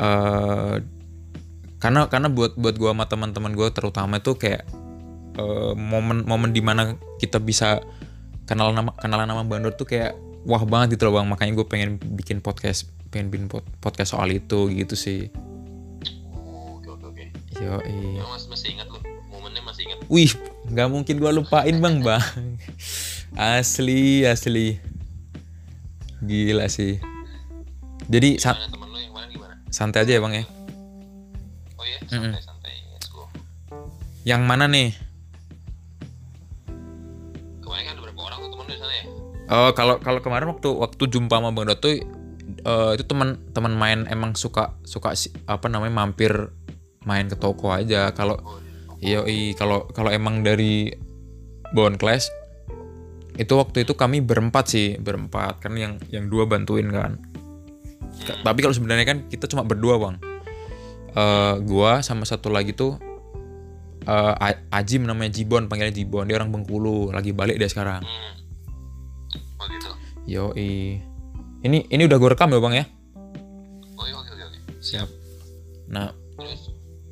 eh karena buat gue sama teman-teman gue terutama itu kayak momen dimana kita bisa kenalan nama Bang Dot tuh kayak wah banget gitu loh Bang. Makanya gue pengen bikin podcast soal itu gitu sih. Oke. Yo, Ya, masih ingat lo momennya, masih ingat? Wih, nggak mungkin gue lupain Bang. Asli gila sih. Jadi temen lo yang mana gimana? santai aja ya Bang ya. Oh iya, santai. Let's go. Yang mana nih? Kemarin kan ada berapa orang tuh temen lo di sana ya? Kalau kemarin waktu jumpa sama Bang Dot tuh itu teman main emang suka mampir main ke toko aja. Kalau kalau emang dari Bond Class itu waktu itu kami berempat kan yang dua bantuin kan. Tapi kalau sebenarnya kan kita cuma berdua Bang. Gua sama satu lagi tuh Ajim, namanya Jibon, panggilnya Jibon. Dia orang Bengkulu, lagi balik dia sekarang. Oh gitu. Yoi. Ini udah gue rekam ya Bang ya? Oh iya, oke. Siap. Nah, Terus?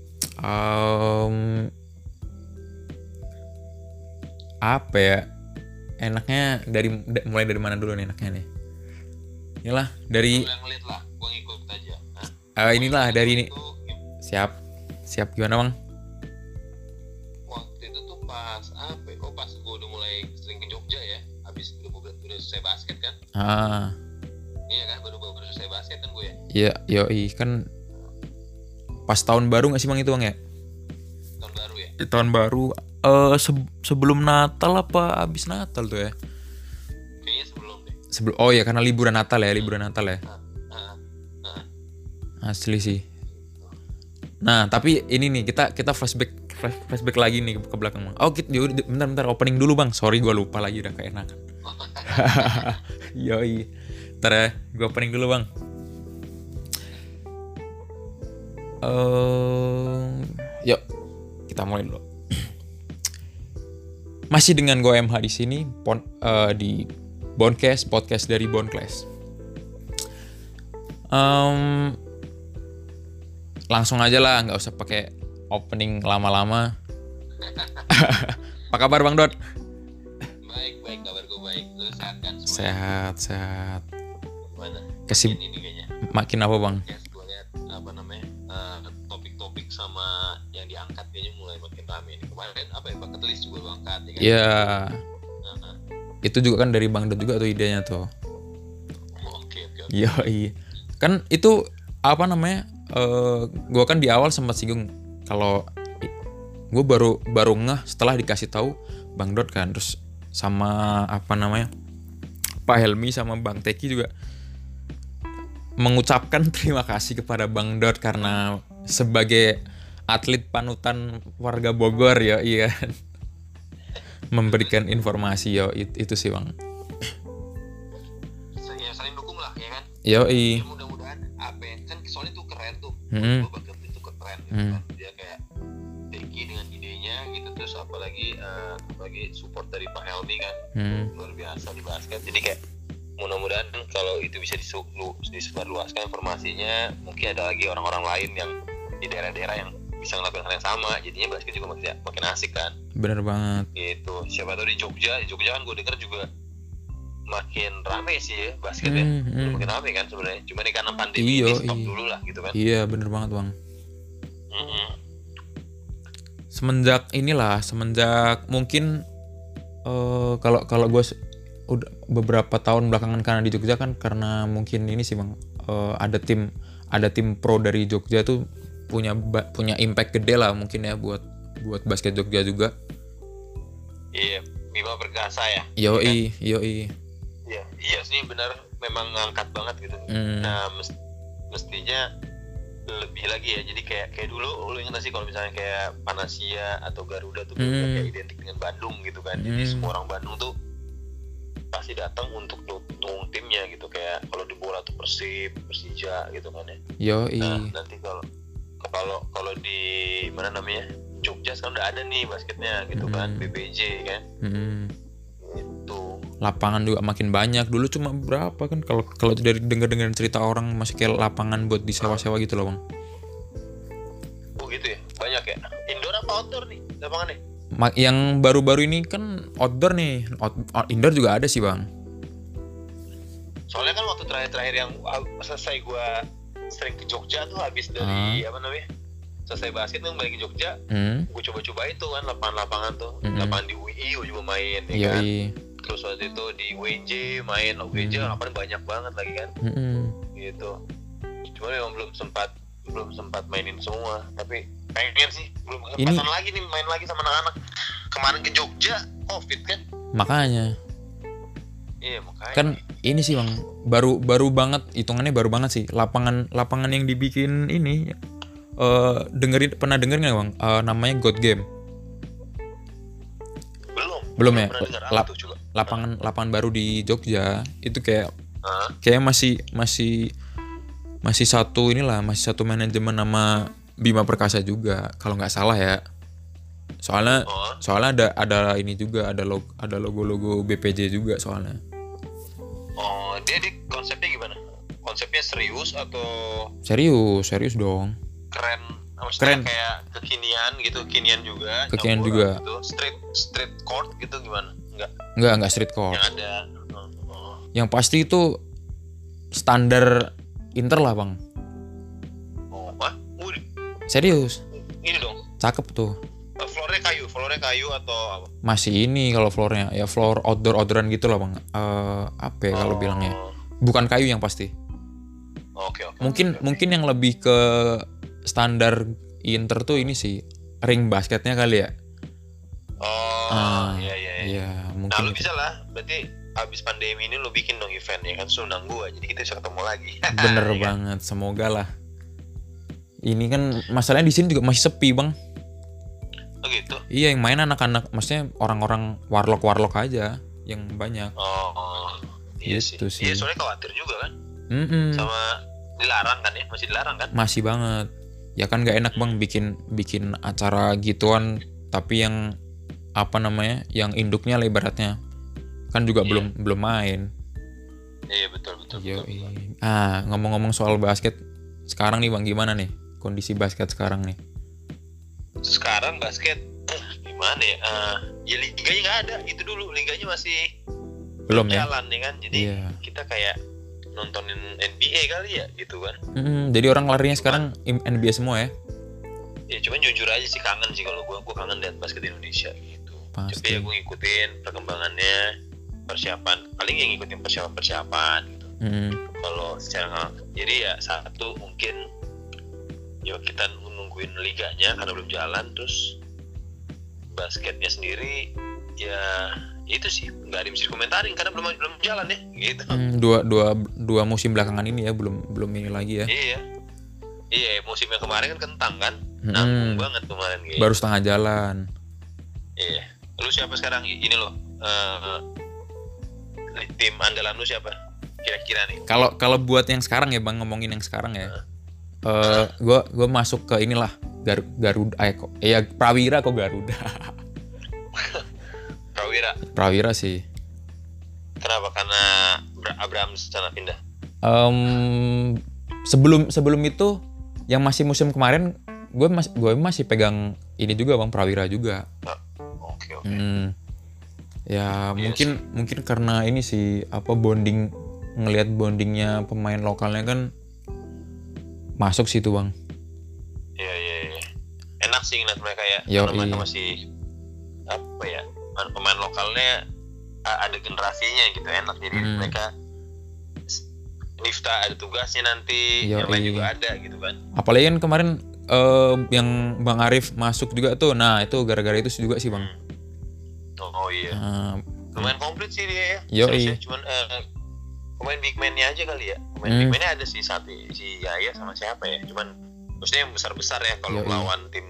Apa ya? Enaknya mulai dari mana dulu nih enaknya nih? Inilah dari Lu yang lead lah, gue ngikut aja. inilah dari ini. Itu, Siap gimana Bang? waktu itu tuh pas apa ya? Oh, pas gue udah mulai sering ke Jogja ya. Habis udah selesai basket kan? Iya kan, baru selesai basket kan gue ya. Iya, yoi kan pas tahun baru nggak sih Bang itu Bang ya? Tahun baru ya. Tahun baru sebelum Natal apa abis Natal tuh ya? Kayaknya sebelum deh. Oh ya, karena liburan Natal ya. Asli sih. Nah, tapi ini nih kita flashback lagi nih ke belakang Bang. Oh, bentar opening dulu Bang. Sorry gue lupa lagi, udah keenakan. Yoi. Ntar ya, gue opening dulu Bang. Yuk, kita mulai dulu. Masih dengan gue MH di sini di Bondcast, podcast dari Bondclass. Langsung aja lah, nggak usah pakai opening lama-lama. Apa kabar Bang Dot? Baik, kabar gue baik. Lu sehat kan Sehat. semua? Gimana? Ini kayaknya. Makin apa Bang? Podcast gue lihat topik-topik sama yang diangkat kayaknya mulai makin rame nih. Kemarin bucket list juga lu angkat ya kan? Iya. Itu juga kan dari Bang Dot juga tuh idenya tuh. Oke. Iya. Kan itu apa namanya? Gue kan di awal sempat singgung kalau gue baru ngeh setelah dikasih tahu Bang Dot kan, terus sama apa namanya Pak Helmi sama Bang Teki juga mengucapkan terima kasih kepada Bang Dot karena sebagai atlet panutan warga Bogor ya, iya memberikan informasi itu sih Bang. Ya saling dukung lah ya kan. Yoi. Ya, mudah-mudahan apa ya, kan soalnya tuh keren tuh. Gue bakal itu keren gitu kan. Dia kayak Teki dengan idenya gitu, terus apalagi support dari Pak Helmi kan. Luar biasa di basket. Jadi kayak mudah-mudahan kalau itu bisa disebarluaskan informasinya, mungkin ada lagi orang-orang lain yang di daerah-daerah yang bisa ngelakuin hal yang sama, jadinya basket juga makin asik kan. Bener banget. Gitu. Siapa tahu di Jogja kan gue dengar juga makin rame sih ya basketnya. Makin rame kan sebenarnya. Cuma ini karena pandemi ini stop dulu lah gitu kan. Iya, bener banget Bang. Semenjak mungkin kalau gue udah beberapa tahun belakangan karena di Jogja kan, karena mungkin ini sih Bang, ada tim pro dari Jogja tuh punya impact gede lah mungkin ya buat basket Jogja juga. Iya, Bima Perkasa ya. Yoi. Iya sih benar, memang ngangkat banget gitu. Nah, mestinya lebih lagi ya. Jadi kayak dulu lu ingat sih kalau misalnya kayak Panasia atau Garuda tuh kayak identik dengan Bandung gitu kan. Jadi semua orang Bandung tuh pasti datang untuk dukung timnya gitu, kayak kalau di bola tuh Persib, Persija gitu kan ya. Yoi. Nah, nanti kalau di mana namanya Jogja sekarang udah ada nih basketnya gitu kan, BBJ kan. Itu lapangan juga makin banyak. Dulu cuma berapa kan, kalau dari dengar cerita orang masih kayak lapangan buat disewa-sewa gitu loh bang. Oh gitu ya, banyak ya. Indoor apa outdoor nih lapangannya? Yang baru-baru ini kan outdoor nih, indoor juga ada sih bang. Soalnya kan waktu terakhir yang selesai gue sering ke Jogja tuh habis dari selesai basket tuh balik ke Jogja, gue coba-coba itu kan lapangan tuh, lapangan di UI gue coba main, ya kan. Terus waktu itu di WJ main, WJ lapangan banyak banget lagi kan, gitu. Cuma memang belum sempat mainin semua, tapi pengen sih, belum kesempatan lagi nih main lagi sama anak-anak. Kemarin ke Jogja, COVID kan. Makanya. Iya makanya. Kan ini sih bang, baru banget, hitungannya baru banget sih. Lapangan yang dibikin ini, pernah denger nggak bang? Namanya God Game. Belum ya. Lapangan baru di Jogja itu kayak masih satu manajemen nama Bima Perkasa juga kalau nggak salah ya. Soalnya ada ini juga, ada logo BPJ juga soalnya. Oh, dia konsepnya gimana? Konsepnya serius atau? Serius dong. Keren kayak kekinian gitu, kekinian juga. Gitu. Street court gitu gimana? Enggak street court. Yang ada. Yang pasti itu standar Inter lah bang. Oh, wah? Serius. Ini dong. Cakep tuh. Floornya kayu atau apa? Masih ini kalau floornya ya floor outdooran gitu lah bang. Apa ya kalau bilangnya? Bukan kayu yang pasti. Oke. Mungkin yang lebih ke standar Inter tuh ini sih ring basketnya kali ya. Iya. Mungkin. Nah lu bisa lah, berarti abis pandemi ini lu bikin dong event ya kan, undang gua, jadi kita bisa ketemu lagi. Bener banget, semoga lah. Ini kan masalahnya di sini juga masih sepi bang. Oh gitu? Iya, yang main anak-anak, maksudnya orang-orang warlock aja yang banyak. Iya gitu sih. Iya, soalnya khawatir juga kan. Sama dilarang kan ya, masih dilarang kan? Masih banget. Ya kan nggak enak bang bikin acara gituan, tapi yang yang induknya lah ibaratnya kan juga belum main. Iya betul. Ngomong-ngomong soal basket sekarang nih bang, gimana nih kondisi basket sekarang nih? Sekarang basket gimana ya? Ya liganya nggak ada. Itu dulu liganya masih belum ya jalan ya kan. Jadi kita kayak nontonin NBA kali ya gitu kan. Jadi orang larinya sekarang NBA semua ya? Ya cuman jujur aja sih kangen sih kalau gue kangen lihat basket Indonesia gitu. Pasti. Tapi ya gue ngikutin perkembangannya, persiapan. Paling yang ngikutin persiapan gitu. Kalau secara jadi ya satu mungkin ya kita nungguin liganya karena belum jalan, terus basketnya sendiri ya itu sih nggak ada yang bisa dikomentarin karena belum jalan ya gitu. Dua musim belakangan ini ya belum ini lagi ya. Iya musim yang kemarin kan kentang kan, nanggung banget kemarin gitu. Baru setengah jalan. Iya. Lu siapa sekarang ini lo? Tim andalan lu siapa kira-kira nih? Kalau buat yang sekarang ya bang, ngomongin yang sekarang ya. Gue masuk ke inilah Garuda Prawira kok Garuda. Prawira sih. Kenapa? Karena Abraham sana pindah. Sebelum itu yang masih musim kemarin gue masih pegang ini juga bang, Prawira juga. Oke. Ya mungkin karena ini sih ngelihat bondingnya pemain lokalnya kan masuk situ bang. Iya. Enak sih ngeliat mereka ya. Karena mereka masih pemain lokalnya ada generasinya gitu, enak jadi mereka Nifta ada tugasnya nanti, yang lain juga ada gitu kan. Apalagi kan kemarin yang Bang Arif masuk juga tuh, nah itu gara-gara itu juga sih bang. Oh iya. Lumayan komplit sih dia ya. Cuman pemain big man-nya aja kali ya. Pemain big man-nya ada si Yaya sama siapa ya. Cuman maksudnya yang besar-besar ya kalau melawan tim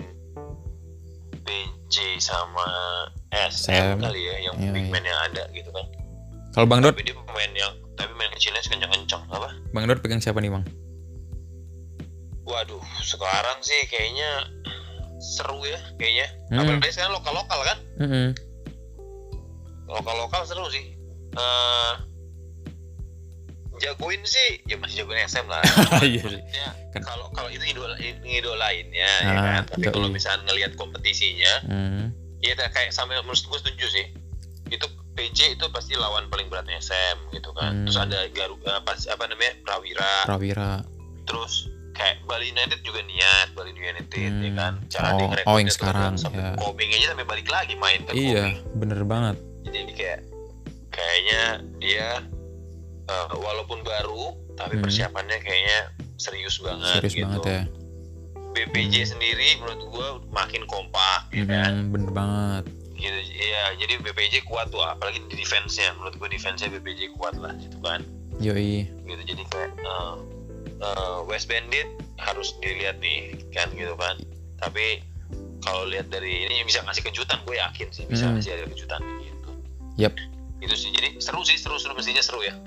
BJ sama SM kali ya, yang big man yang ada gitu kan. Kalau Bang Dot, tapi main kecilnya kencang-kencang apa? Bang Dot pegang siapa nih bang? Waduh, sekarang sih kayaknya seru ya kayaknya. Apalagi sekarang lokal kan? Lokal seru sih. jagoin sih ya masih jagoin SM lah. Iya sih. Maksudnya kalau itu idolainnya ya kan. Tapi kalau misalnya ngelihat kompetisinya, ya kayak sama menurut gue setuju sih. Itu PJ itu pasti lawan paling beratnya SM gitu kan. Terus ada Prawira. Terus kayak Bali United juga niat Bali United ya kan. Cara dia ngerekrutnya sekarang sampai ya. Koming aja sampai balik lagi main ke Iya, bener banget. Jadi kayaknya dia walaupun baru tapi persiapannya kayaknya serius banget serius gitu. Banget ya. BPJ sendiri menurut gua makin kompak ya kan. Bener banget. Gitu ya, jadi BPJ kuat tuh, apalagi di defense-nya. Menurut gua defense-nya BPJ kuat lah gitu kan. Yoi. Gitu jadi kayak West Bandit harus dilihat nih kan gitu kan. Tapi kalau lihat dari ini bisa ngasih kejutan, gue yakin sih bisa ngasih ada kejutan gitu. Yap. Itu sih, jadi seru mestinya seru ya.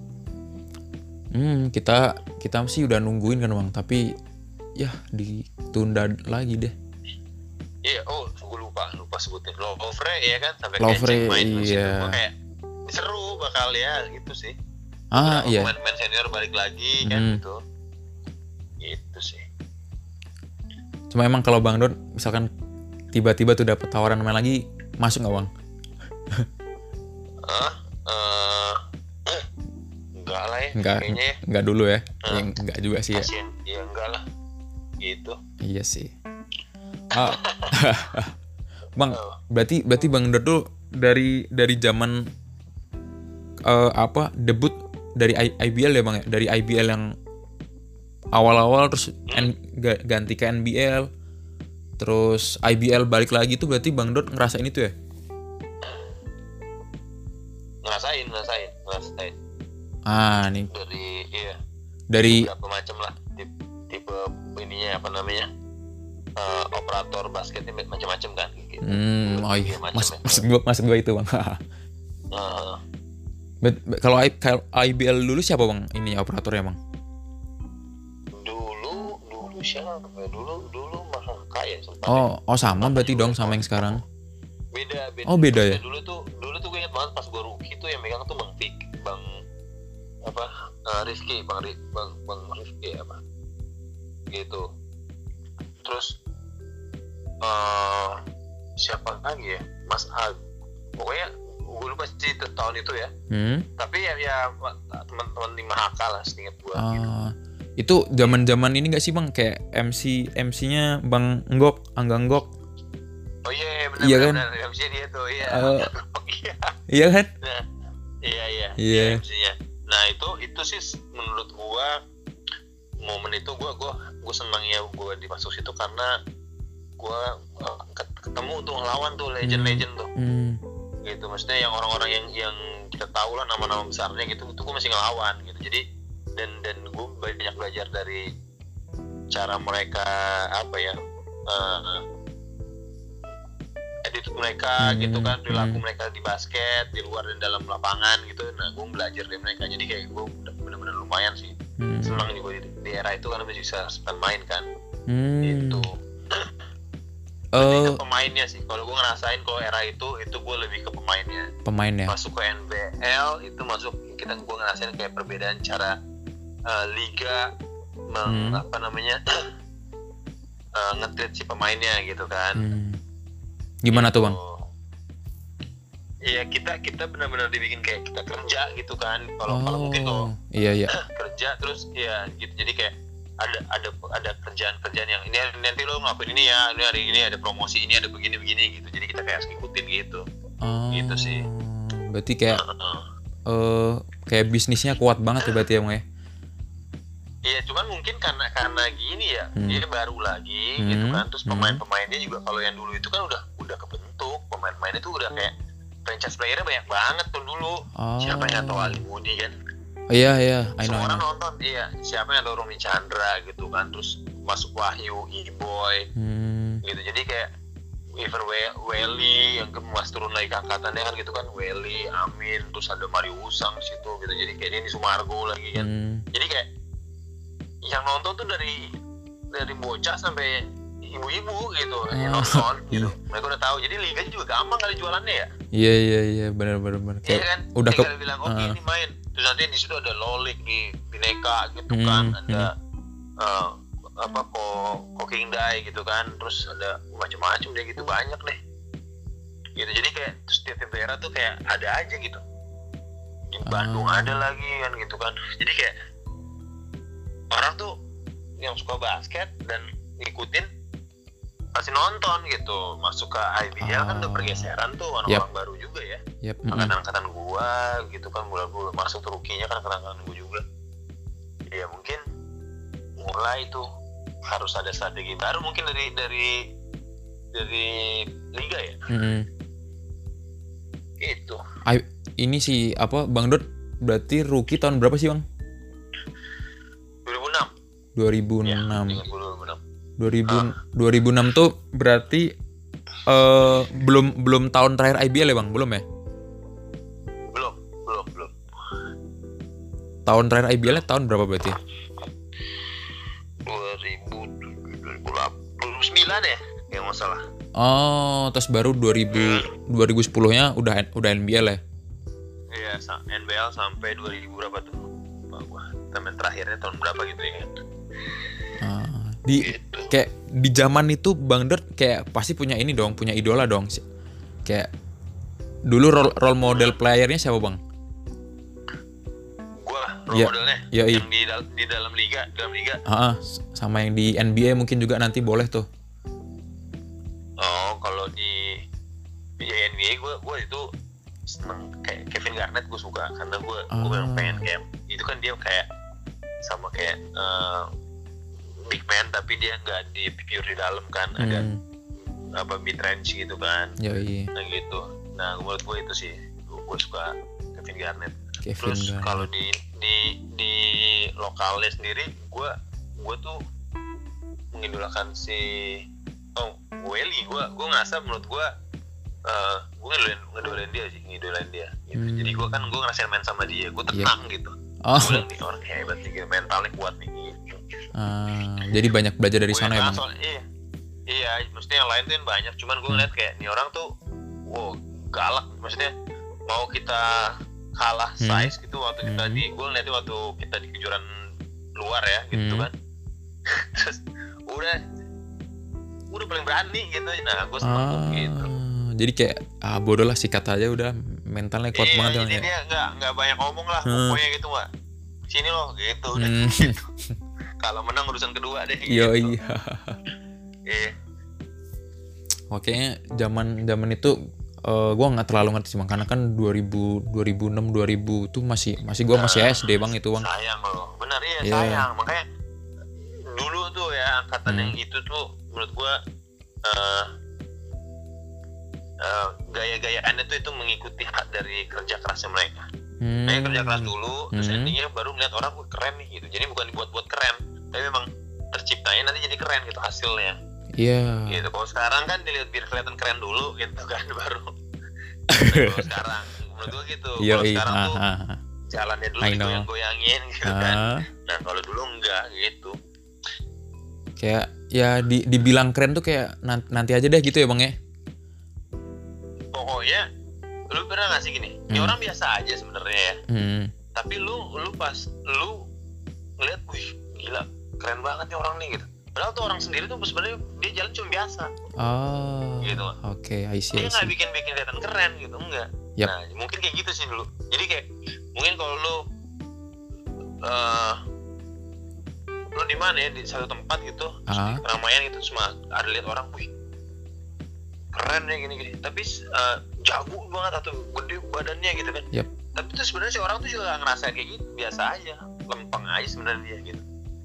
Kita sih udah nungguin kan bang, tapi ya ditunda lagi deh. Iya, gue lupa sebutin Lovre ya kan, sampai Lovre, main iya. Kayak seru bakal ya gitu sih. Iya. Pemain senior balik lagi kan gitu. Gitu sih. Cuma emang kalau Bang Don misalkan tiba-tiba tuh dapet tawaran main lagi, masuk nggak bang? Enggak lah ya. Enggak dulu ya. Enggak juga sih ya. Ya enggak lah. Gitu. Iya sih. Bang, berarti Bang Don tuh dari zaman debut dari IBL ya bang ya, dari IBL yang awal-awal terus ganti ke NBL, terus IBL balik lagi tuh berarti Bang Don ngerasain itu ya? Ngerasain. Nih. Dari berapa macam lah tipe ininya apa namanya? Operator basketnya macam-macam kan gitu. Iya. Maksud gua itu bang. Kalau IBL dulu siapa bang ini operatornya bang? Dulu siapa? Dulu Mahaka ya sempat. Sama berarti dong sama yang sekarang. Beda. Beda ya. Dulu tuh gue ingat banget pas gue rookie tuh yang megang tuh Rifki apa gitu. Terus siapa lagi ya, Mas Ag, pokoknya gue lupa sih tahun itu ya. Tapi ya teman-teman di Mahaka lah setingat gue gitu. Itu zaman ini nggak sih bang, kayak MC-nya Bang Angga Nggok? Oh iya benar. Iya kan? MC dia tuh iya. Iya kan? Nah, iya. MC-nya. Nah itu sih menurut gue momen itu gue senang ya gue dimasuk situ karena gue ketemu tuh ngelawan tuh legend tuh. Gitu, maksudnya yang orang-orang yang kita tahu lah nama-nama besarnya gitu, itu gue masih ngelawan gitu. Jadi dan gue banyak belajar dari cara mereka attitude mereka gitu kan, perilaku mereka di basket di luar dan dalam lapangan gitu. Nah gue belajar dari mereka, jadi kayak gue benar-benar lumayan sih senang juga di era itu karena masih bisa main kan. Itu lebih ke pemainnya sih. Kalau gue ngerasain kalau era itu gue lebih ke pemainnya. Masuk ke NBL itu gue ngerasain kayak perbedaan cara liga nge-treat si pemainnya gitu kan. Gimana tuh bang? Iya kita benar-benar dibikin kayak kita kerja gitu kan. Kalau mungkin iya kerja terus ya gitu. Jadi kayak ada kerjaan yang ini nanti lo ngelakuin ini ya, ini hari ini ada promosi ini, ada begini gitu. Jadi kita kayak harus ngikutin gitu. Gitu sih. Berarti kayak bisnisnya kuat banget ya berarti ya bang ya? Iya, cuman mungkin karena gini ya, dia baru lagi gitu kan. Terus pemain-pemainnya juga kalau yang dulu itu kan udah kebentuk, pemain-pemainnya tuh udah kayak franchise player-nya banyak banget tuh dulu. Siapa yang tahu Ali Budi kan? Iya, semua orang nonton. Iya, siapa yang tahu Romi Chandra gitu kan. Terus masuk Wahyu, E-Boy gitu. Jadi kayak even Welly yang mas turun lagi ke angkatannya kan gitu kan, Welly, Amin, terus ada Mario Usang situ gitu. Jadi kayak ini Sumargo lagi kan. Jadi kayak yang nonton tuh dari bocah sampai ibu-ibu gitu yang nonton gitu. Mereka udah tahu, jadi liga juga gampang kali jualannya ya. Iya benar. Iya kan, udah tinggal bilang oke ini main, terus nanti di situ ada lolik di Bineka gitu kan, ada Cooking Die gitu kan, terus ada macam-macam deh gitu, banyak deh gitu. Jadi kayak setiap daerah tuh kayak ada aja gitu. Di Bandung ada lagi kan gitu kan. Jadi kayak orang tuh yang suka basket dan ngikutin pasti nonton gitu. Masuk ke IBL kan udah pergeseran tuh, orang-orang baru juga ya. Angkatan-angkatan gua gitu kan, mulai masuk tuh rookie-nya kan angkatan gua juga. Ya mungkin mulai tuh harus ada strategi baru mungkin dari liga ya. Gitu. Ini sih apa Bang Dot berarti rookie tahun berapa sih Bang? 2006. Ya, 2006 tuh berarti belum tahun terakhir IBL ya Bang? Belum ya? Belum. Tahun terakhir IBL-nya tahun berapa berarti? 2009 ya, yang masalah. Oh, terus baru 2010-nya udah NBL ya? Iya, NBL sampai 2000 berapa tuh? Temen terakhirnya tahun berapa gitu ya? Gitu. Kayak di zaman itu Bang Dot kayak pasti punya ini dong, punya idola dong. Kayak dulu role model playernya siapa Bang? Gua role modelnya yang di dalam liga. Sama yang di NBA mungkin juga nanti boleh tuh. Oh, kalau di NBA gue itu seneng kayak Kevin Garnett, gue suka karena gue memang pengen kayak itu kan, dia kayak sama kayak big man tapi dia nggak di pure di dalam kan, ada apa mid range gitu kan. Nah gitu. Nah menurut gue itu sih gue suka Kevin Garnett. Terus kalau di lokalnya sendiri gue tuh mengidolakan si Welly. Gue ngerasa menurut gue ngidolain dia gitu. Jadi gue ngerasain main sama dia, gue tenang gitu. Gue bilang nih orang hebat nih, mentalnya kuat nih gitu. Jadi banyak belajar dari sana ya Bang? Iya, maksudnya yang lain tuh yang banyak, cuman gue ngeliat kayak nih orang tuh galak, maksudnya mau kita kalah size gitu waktu kita gue ngeliatnya waktu kita di kejuaraan luar ya gitu kan. Terus udah paling berani gitu. Nah gue seneng gitu. Jadi kayak bodoh lah, sikat aja udah, mentalnya kuat banget. Jadi dia nggak banyak ngomong lah, pokoknya gitu nggak sini loh gitu udah gitu. Kalau menang urusan kedua deh gitu. Iya. Oke, zaman itu gue nggak terlalu ngerti sih Bang, karena kan 2006 2000 tuh masih gue masih SD Bang itu Bang. Sayang loh, benar sayang. Makanya dulu tuh ya angkatan yang itu tuh menurut gue gaya-gayaannya tuh itu mengikuti hak dari kerja kerasnya mereka. Mereka kerja keras dulu, terus endingnya baru melihat orang keren nih gitu. Jadi bukan dibuat-buat keren, tapi memang terciptanya nanti jadi keren gitu hasilnya. Iya. Gitu. Kalau sekarang kan dilihat biar kelihatan keren dulu gitu kan baru. Kalau sekarang menurut gue gitu. Kalau sekarang tuh jalannya dulu digoyang-goyangin gitu kan. Nah kalau dulu enggak gitu. Kayak ya dibilang keren tuh kayak nanti aja deh gitu ya Bang ya. Pokoknya lu pernah nggak sih gini? Ini orang biasa aja sebenarnya ya. Tapi lu pas lu ngeliat, wih gila keren banget nih orang nih gitu. Padahal tuh orang sendiri tuh sebenarnya dia jalan cuma biasa. Gitu. Oke, I see. Dia nggak bikin kelihatan keren gitu, enggak. Nah mungkin kayak gitu sih dulu. Jadi kayak mungkin kalau lu di mana ya, di satu tempat gitu, keramaian gitu, cuma ada lihat orang, wih keren ya gini-gini, tapi jago banget atau gede badannya gitu kan. Tapi tuh sebenarnya si orang tuh juga nggak ngerasa kayak gitu, biasa aja, lempeng aja sebenarnya dia gitu.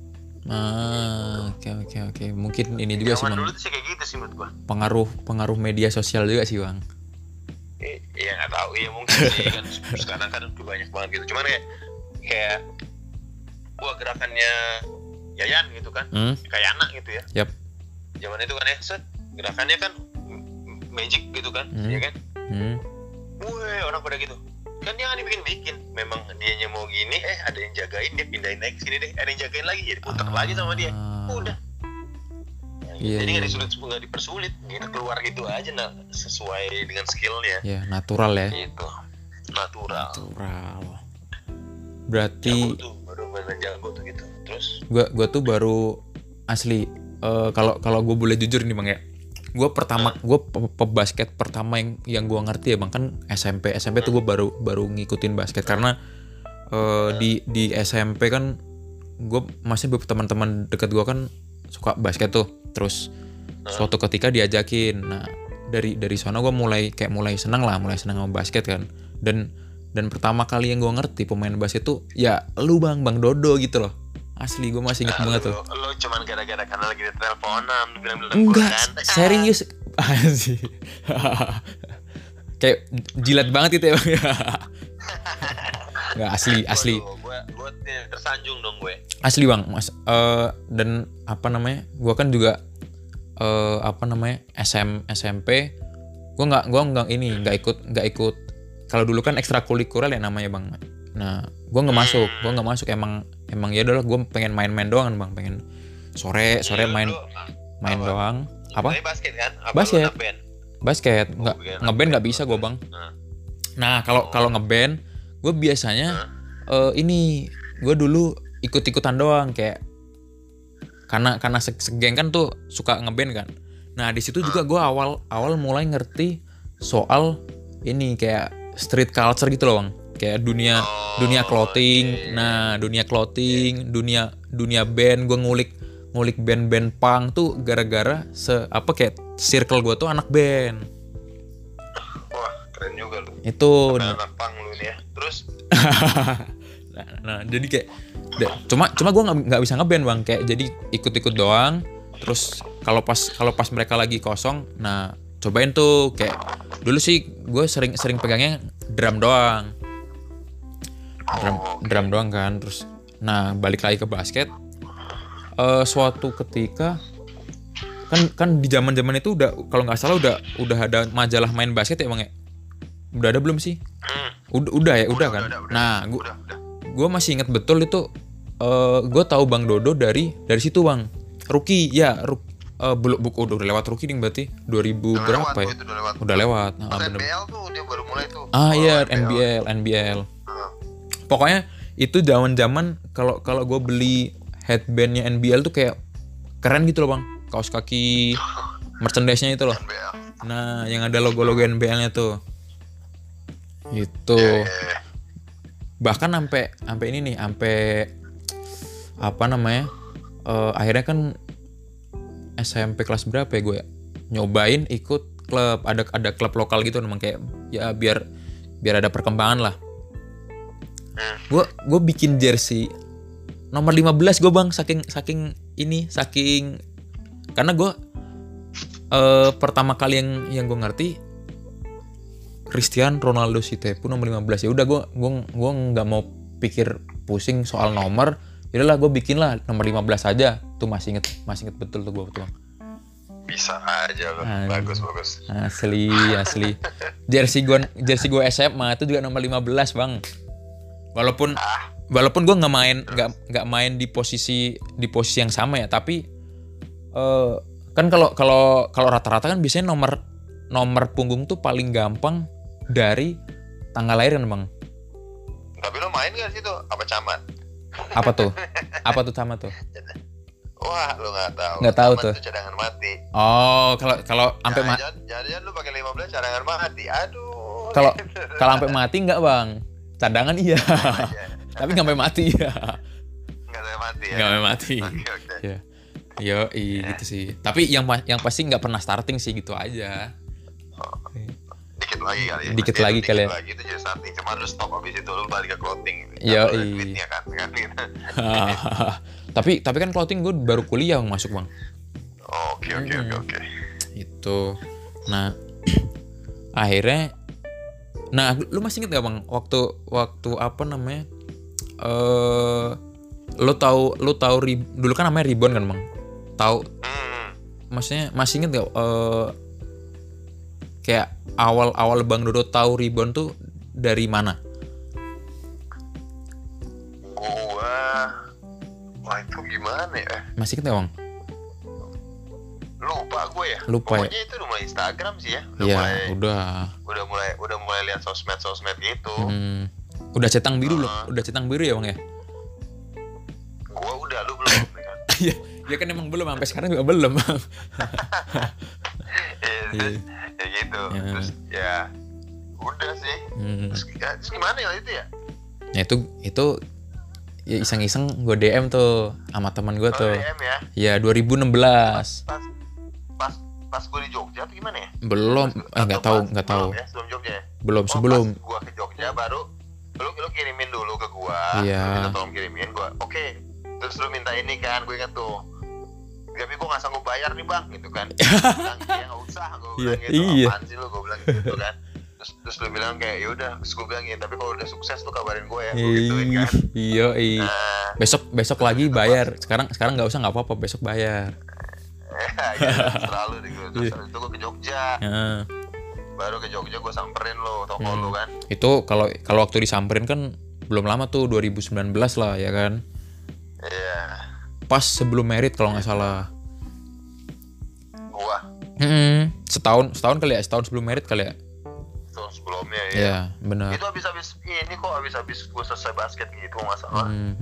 Oke. Mungkin ini juga sih Bang. Dulu tuh sih kayak gitu sih menurut gua. Pengaruh media sosial juga sih Bang. Iya nggak tahu, iya mungkin sih kan sekarang kan udah banyak banget gitu. Cuman kayak gua gerakannya Yayan gitu kan, kayak anak gitu ya. Zaman itu kan gerakannya kan magic gitu kan, ya kan. Wih orang pada gitu. Kan dia nggak dibikin, memang dianya mau gini, ada yang jagain, dia pindahin naik sini deh, ada yang jagain lagi, jadi putar lagi sama dia, udah. Nah Iya, jadi iya. nggak dipersulit gitu, keluar gitu aja sesuai dengan skillnya. Ya natural ya. Gitu, natural. Berarti jago tuh, baru bener jago tuh gitu. Terus gua tuh baru asli kalau gue boleh jujur nih bang ya, gue pebasket pertama yang gue ngerti ya bang kan SMP tuh gue baru ngikutin basket karena di SMP kan gue masih teman-teman dekat gue kan suka basket tuh, terus suatu ketika diajakin, nah dari sana gue mulai senang sama basket kan, dan pertama kali yang gue ngerti pemain basket tuh ya lu bang Dodo gitu loh, asli gue masih inget banget tuh. Lo cuman gara-gara karena lagi di teleponan bilang enggak serius sih. Kayak jilat banget itu ya bang. Nggak asli. Gue tersanjung dong gue. Asli bang, mas. Dan apa namanya? Gue kan juga SMP. Gue nggak ikut. Kalau dulu kan ekstrakurikuler ya namanya bang. Nah, gue nggak masuk. Emang ya udahlah, gue pengen main-main doang bang. Pengen sore main doang. Apa? Basket kan? Basket. Ngeband nggak bisa gue bang. Nah kalau ngeband gue biasanya gue dulu ikut-ikutan doang, kayak karena segeng kan tuh suka ngeband kan. Nah di situ juga gue awal mulai ngerti soal ini kayak street culture gitu loh bang, kayak dunia clothing. Nah dunia clothing, dunia band, gue ngulik band-band punk tuh gara-gara kayak circle gue tuh anak band. Wah keren juga lu. Itu anak punk lu nih ya. Terus nah jadi kayak cuma gue nggak bisa ngeband bang, kayak jadi ikut doang. Terus kalau pas mereka lagi kosong, nah cobain tuh, kayak dulu sih gue sering pegangnya drum doang. Drum doang kan. Terus nah balik lagi ke basket. Suatu ketika kan di zaman itu udah, kalau nggak salah udah ada majalah main basket ya bang ya. Udah ada belum sih? Udah kan. Nah gue masih inget betul itu. Gue tahu Bang Dodo dari situ bang. Rookie ya. Udah lewat Rookie nih berarti 2000 berapa ya? Udah lewat. NBL tuh dia baru mulai tuh. Iya NBL. Pokoknya itu zaman kalau gue beli headbandnya NBL tuh kayak keren gitu loh bang, kaos kaki merchandise-nya itu loh. NBL. Nah yang ada logo NBL-nya tuh itu. Bahkan sampai ini nih, sampai apa namanya, akhirnya kan SMP kelas berapa ya gue ya, nyobain ikut klub, ada klub lokal gitu memang, kayak ya biar ada perkembangan lah. Gue bikin jersey nomor 15 gue bang, saking karena gue pertama kali yang gue ngerti Cristiano Ronaldo Sitepu nomor 15. Ya udah gue nggak mau pikir pusing soal nomor, yaudahlah gue bikin lah nomor 15 aja. Tuh masih inget betul tuh gue tuh bang. Bisa aja loh. Bagus. Asli. Jersey gue SMA itu juga nomor 15 bang. Walaupun gue nggak main di posisi yang sama ya, tapi kan kalau rata-rata kan biasanya nomor punggung tuh paling gampang dari tanggal lahir kan bang. Tapi lo main nggak sih tuh apa camat? Apa tuh camat tuh? Wah lo nggak tahu tuh. Cadangan mati. Oh kalau sampai jangan lu pakai 15 cadangan mati. Aduh. Kalau sampai mati nggak bang? Cadangan iya. Tapi nggak sampai mati ya. Nggak sampai mati. Okay. Ya. Gitu sih. Tapi yang pasti nggak pernah starting sih, gitu aja. Dikit lagi kali ya. Dikit lagi itu jadi starting. Cuma lu stop abis itu lu balik ke clothing. Iya. Kan gitu. Tapi kan clothing gue baru kuliah masuk bang. Oke. Itu. Nah akhirnya, lu masih inget gak bang waktu apa namanya? Lu tahu dulu kan namanya Ribbon kan bang? Tahu? Maksudnya masih inget gak kayak awal Bang Dodo tahu Ribbon tuh dari mana? Wah itu gimana ya? Masih inget gak bang? lupa gue ya. Lupa Pokoknya ya. itu udah mulai Instagram sih ya. Udah mulai lihat sosmed gitu. Udah centang biru loh. Udah centang biru ya bang ya. Gue udah, lu belum kan? Iya, ya kan emang belum, sampai sekarang juga belum bang. Ya gitu. Terus ya udah sih. Terus gimana ya itu ya? Ya itu ya iseng-iseng gue DM tuh sama teman gue tuh. DM ya? Ya 2016. Pas gue di Jogja atau gimana ya? Belum, nggak tahu. Ya, sebelum Jogja ya? Sebelum. Pas gue ke Jogja baru lu kirimin dulu ke gue. Iya. Minta tolong kirimin gue. Oke. Terus lu minta ini kan, gue ingat tuh. Tapi gue nggak sanggup bayar nih bang, gitu kan. Bilang, ya nggak usah, gue bilang gitu. Iya. Apaan sih lu, gue bilang gitu kan. Terus lu bilang kayak yaudah, terus gue bilang tapi kalau udah sukses lu kabarin gue ya. Gue gituin kan. Iya. Besok lagi bayar. Sekarang nggak usah, nggak apa-apa, besok bayar. Ya, selalu deh gue. Terus itu gue ke Jogja. Baru ke Jogja gue samperin lo, toko lo kan. Itu kalau waktu disamperin kan belum lama tuh, 2019 lah ya kan. Iya. Pas sebelum merit kalau nggak salah. Gua. Setahun kali ya, setahun sebelum merit kali ya. Setahun sebelumnya ya. Iya, benar. Itu habis gue selesai basket gitu nggak salah.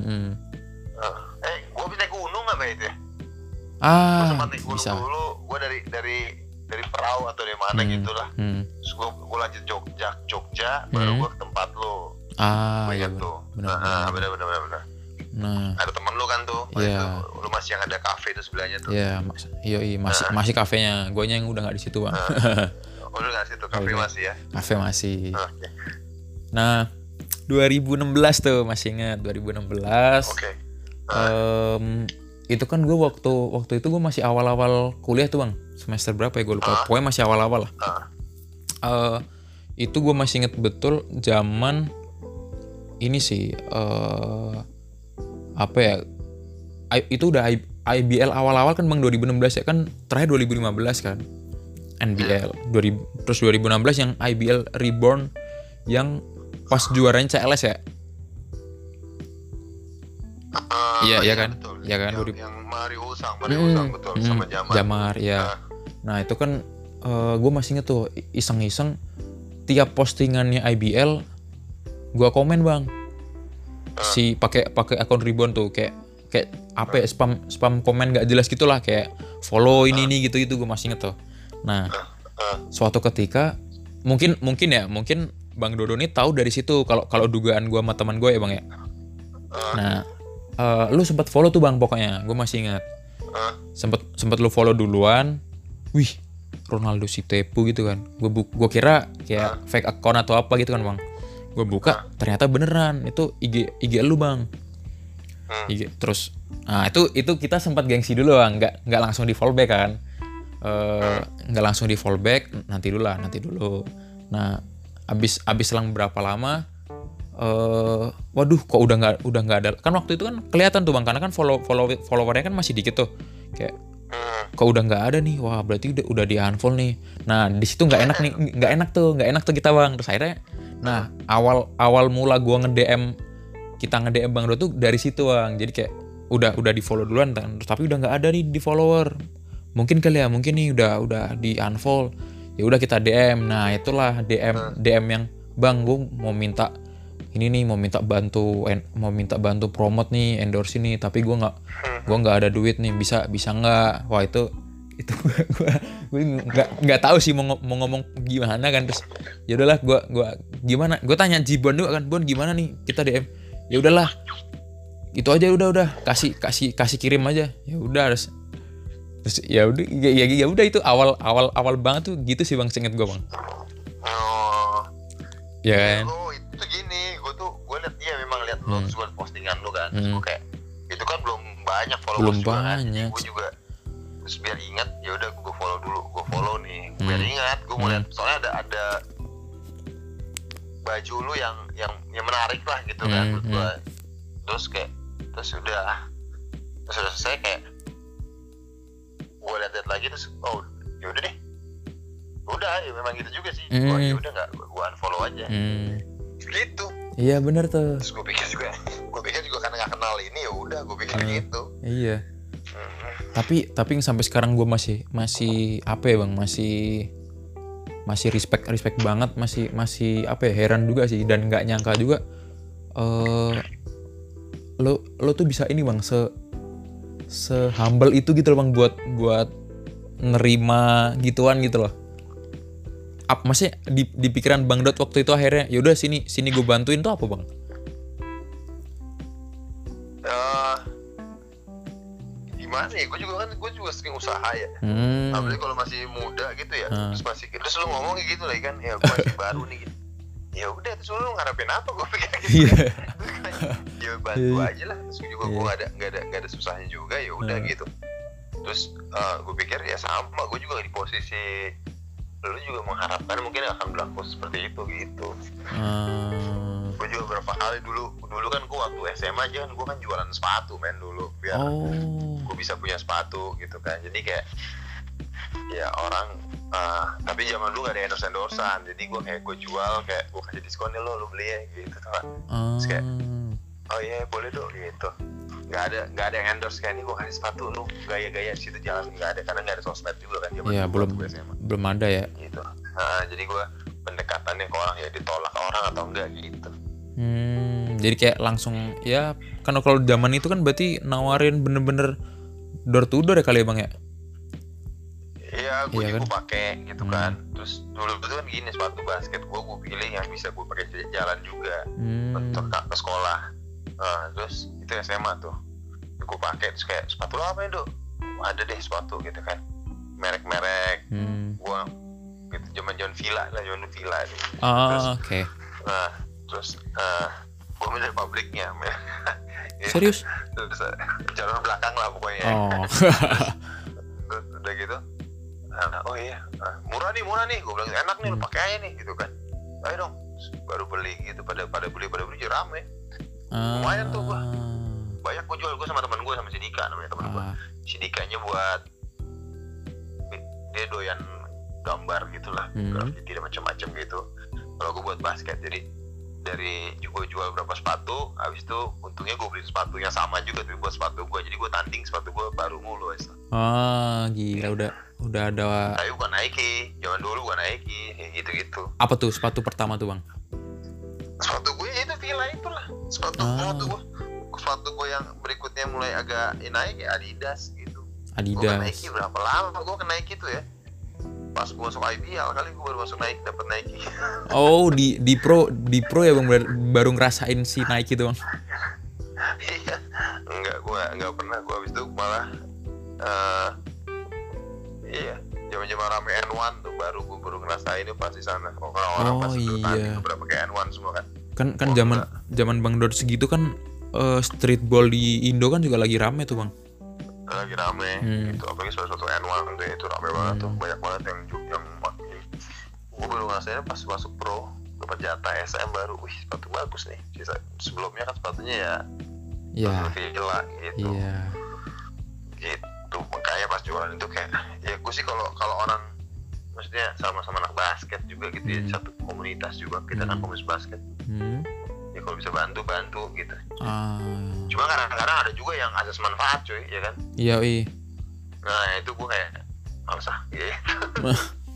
Gue bisa naik gunung nggak Mbak itu ya? Gue sempat naik gunung bisa. Dulu, gue dari Perahu atau dari mana gitu lah. Terus gue lanjut Jogja, baru gue ke tempat lo. Iya tuh. Benar. Nah, ada temen lu kan tuh. Iya. Lu masih yang ada kafe itu sebelahnya tuh. Iya, masih kafenya. Guanya yang udah nggak di situ bang. Udah nggak situ, kafe masih ya. Kafe masih. Okay. Nah, 2016 tuh masih ingat 2016. Oke. Itu kan gue waktu itu gue masih awal-awal kuliah tuh bang, semester berapa ya gue lupa. Pokoknya masih awal-awal lah. Itu gue masih inget betul zaman ini sih. Apa ya, itu udah IBL awal-awal kan bang, 2016 ya kan, terakhir 2015 kan NBL. Terus 2016 yang IBL Reborn yang pas juaranya CLS ya. Iya kan? Iya kan? Yang Mario Usang betul sama Jamar ya. Nah, itu kan gue masih inget tuh, iseng-iseng tiap postingannya IBL gue komen bang. Si pakai akun Reborn tuh, kayak apa ya, spam komen gak jelas gitulah, kayak follow ini gitu gue masih inget tuh. Nah, suatu ketika mungkin Bang Dodo nih tahu dari situ, kalau dugaan gue sama teman gue ya bang ya. Nah, lu sempat follow tuh bang, pokoknya gue masih ingat. Sempat lu follow duluan. Wih, Ronaldo Sitepu gitu kan. Gue kira kayak fake account atau apa gitu kan bang. Gue buka, ternyata beneran itu IG lu bang. IG. Terus, nah itu kita sempat gengsi dulu bang, nggak langsung di follow back kan. Nggak langsung di follow back, nanti dulu. Nah, abis selang berapa lama, waduh kok udah nggak ada. Kan waktu itu kan kelihatan tuh bang, karena kan followernya kan masih dikit tuh. Kayak kok udah nggak ada nih, wah berarti udah di unfollow nih. Nah di situ nggak enak tuh kita bang. Terus akhirnya, nah awal mula gue kita nge-DM Bang Do tuh dari situ bang. Jadi kayak udah di follow duluan kan, tapi udah nggak ada nih di follower. Mungkin nih udah di unfollow. Ya udah kita DM. Nah itulah DM yang bang, gue mau minta bantu promote nih, endorse ini, tapi gue nggak ada duit nih, bisa nggak? Wah itu gue nggak tahu sih mau ngomong gimana kan. Terus ya udahlah, gue gimana, gue tanya Jibon juga kan, Bon gimana nih kita DM. Ya udahlah, itu aja, udah kasih kirim aja. Ya udah, terus ya udah itu awal banget tuh gitu sih bang, seinget gue bang. Ya kan. Itu gini, gue liat dia memang liat lo, terus gue postingan lo kan, terus gue kayak itu kan belum banyak followers juga kan, gue juga terus biar ingat, ya udah gue follow nih, biar ingat, gue mau lihat, soalnya ada baju lu yang menarik lah gitu kan, menurut gue. Terus udah selesai, kayak gue lihat lagi, terus ya udah deh, udah ya memang gitu juga sih. Ya udah nggak, gue unfollow aja. Gitu. Iya benar tuh. Terus gue pikir juga karena nggak kenal ini, ya udah gue pikir gitu. Iya. Tapi sampai sekarang gue masih apa ya bang, masih respect banget, masih apa ya, heran juga sih, dan nggak nyangka juga lo tuh bisa ini bang, se humble itu gitu loh bang, buat nerima gituan gitu loh. Maksudnya di pikiran Bang Dot waktu itu akhirnya yaudah sini gue bantuin tuh apa bang? Gimana ya, gue juga sering usaha ya, apalagi kalau masih muda gitu ya, terus lu ngomong gitu lah kan, ya gue masih baru nih gitu. Ya udah, terus lu ngarepin apa, gue pikir gitu. Ya bantu aja lah, terus juga gue nggak ada susahnya juga, ya udah gitu. Terus gue pikir ya sama, gue juga di posisi lu juga mengharapkan mungkin akan berlaku seperti itu gitu. Gue juga beberapa kali dulu kan gue waktu SMA aja kan, gue kan jualan sepatu men dulu, biar gue bisa punya sepatu gitu kan. Jadi kayak ya orang tapi zaman dulu gak ada endorse-endorsean, jadi gue jual kayak gue kasih diskon nih, lo beli ya gitu kan. Terus kayak oh iya boleh dong gitu. Gak ada yang endorse kayak ini gue kasih sepatu lu gaya-gaya di situ jalan, nggak ada, karena nggak ada sosmed juga kan. Iya, belum ada ya gitu. Jadi gue pendekatannya ke orang ya ditolak ke orang atau enggak gitu. Jadi kayak langsung ya, karena kalau zaman itu kan berarti nawarin bener-bener door to door ya kali ya bang ya. Iya, gue juga kan? Pakai gitu kan. Terus dulu itu kan gini, sepatu basket gue pilih yang bisa gue pakai jalan juga untuk ke sekolah. Terus itu SMA tuh gue pakai, terus kayak sepatu lo apa ya Dok? Ada deh sepatu gitu kan, merek-merek. Gue gitu zaman Villa nih. Oke. Terus gue minta pabriknya. Serius? Terus jalur belakang lah pokoknya. Terus udah gitu, oh iya murah nih, gue bilang enak nih, lo pakai aja nih gitu kan. Ayo dong, baru beli gitu, pada beli jadi rame. Lumayan tuh gue, banyak gue jual, gue sama teman gue, sama si Dika namanya teman gue. Si Dikanya buat dia doyan gambar gitulah, graffiti dan macam-macam gitu. Kalau gue buat basket, jadi dari gue jual berapa sepatu, habis itu untungnya gue beli sepatunya sama juga tapi buat sepatu gue, jadi gue tanding sepatu gue baru mulu. Gila, udah ada. Tapi gue Nike, zaman dulu gue Nike gitu. Apa tuh sepatu pertama tuh bang? Sepatu gue itu Villa itulah. Sepatu gue yang berikutnya mulai agak naik ya Adidas gitu. Gue ke Nike berapa lama gue ke Nike tuh ya, pas gue masuk IBL kali gue baru masuk Nike, dapet Nike. di pro ya bang, baru ngerasain si Nike tuh bang. Iya, gue nggak pernah. Gue abis itu malah zaman rame N1 tuh baru ngerasain itu pas di sana. Orang-orang pas itu tadi beberapa kayak N1 semua kan. Kan zaman Bang Dor segitu kan, streetball di Indo kan juga lagi rame tuh bang. Lagi rame gitu, apalagi suatu N1 itu rame banget tuh, banyak banget yang gue baru ngerasainnya pas masuk pro, dapat jatah SM baru, wih sepatu bagus nih. Sebelumnya kan sepatunya ya Villa gitu. Gitu, makanya pas jualan itu kayak ya gue sih kalau orang maksudnya sama-sama anak basket juga gitu ya, satu komunitas juga, kita kan komunitas basket. Ya kalau bisa bantu gitu. Cuma kadang-kadang ada juga yang asas manfaat cuy, ya kan? Iya. Nah itu gue kayak males gitu.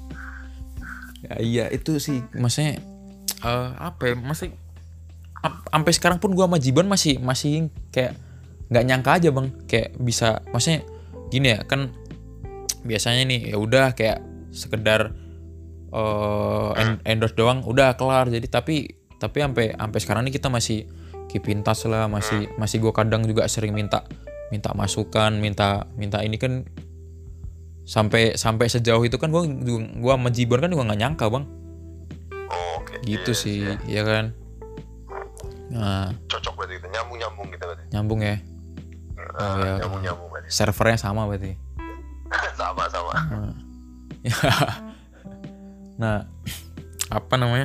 Iya itu sih, maksudnya apa ya, masih sampai sekarang pun gue sama Jiban masih kayak nggak nyangka aja bang, kayak bisa, maksudnya gini ya kan, biasanya nih ya udah kayak sekedar endorse doang udah kelar. Jadi tapi sampai sekarang nih kita masih keep in touch lah, masih gue kadang juga sering minta masukan, minta ini kan, sampai sejauh itu kan gue sama Jiban kan juga nggak nyangka bang. Gitu sih ya kan. Nah, cocok berarti gitu, nyambung gitu berarti. Nyambung ya. Nyambung berarti. Servernya sama berarti. sama. Nah, apa namanya?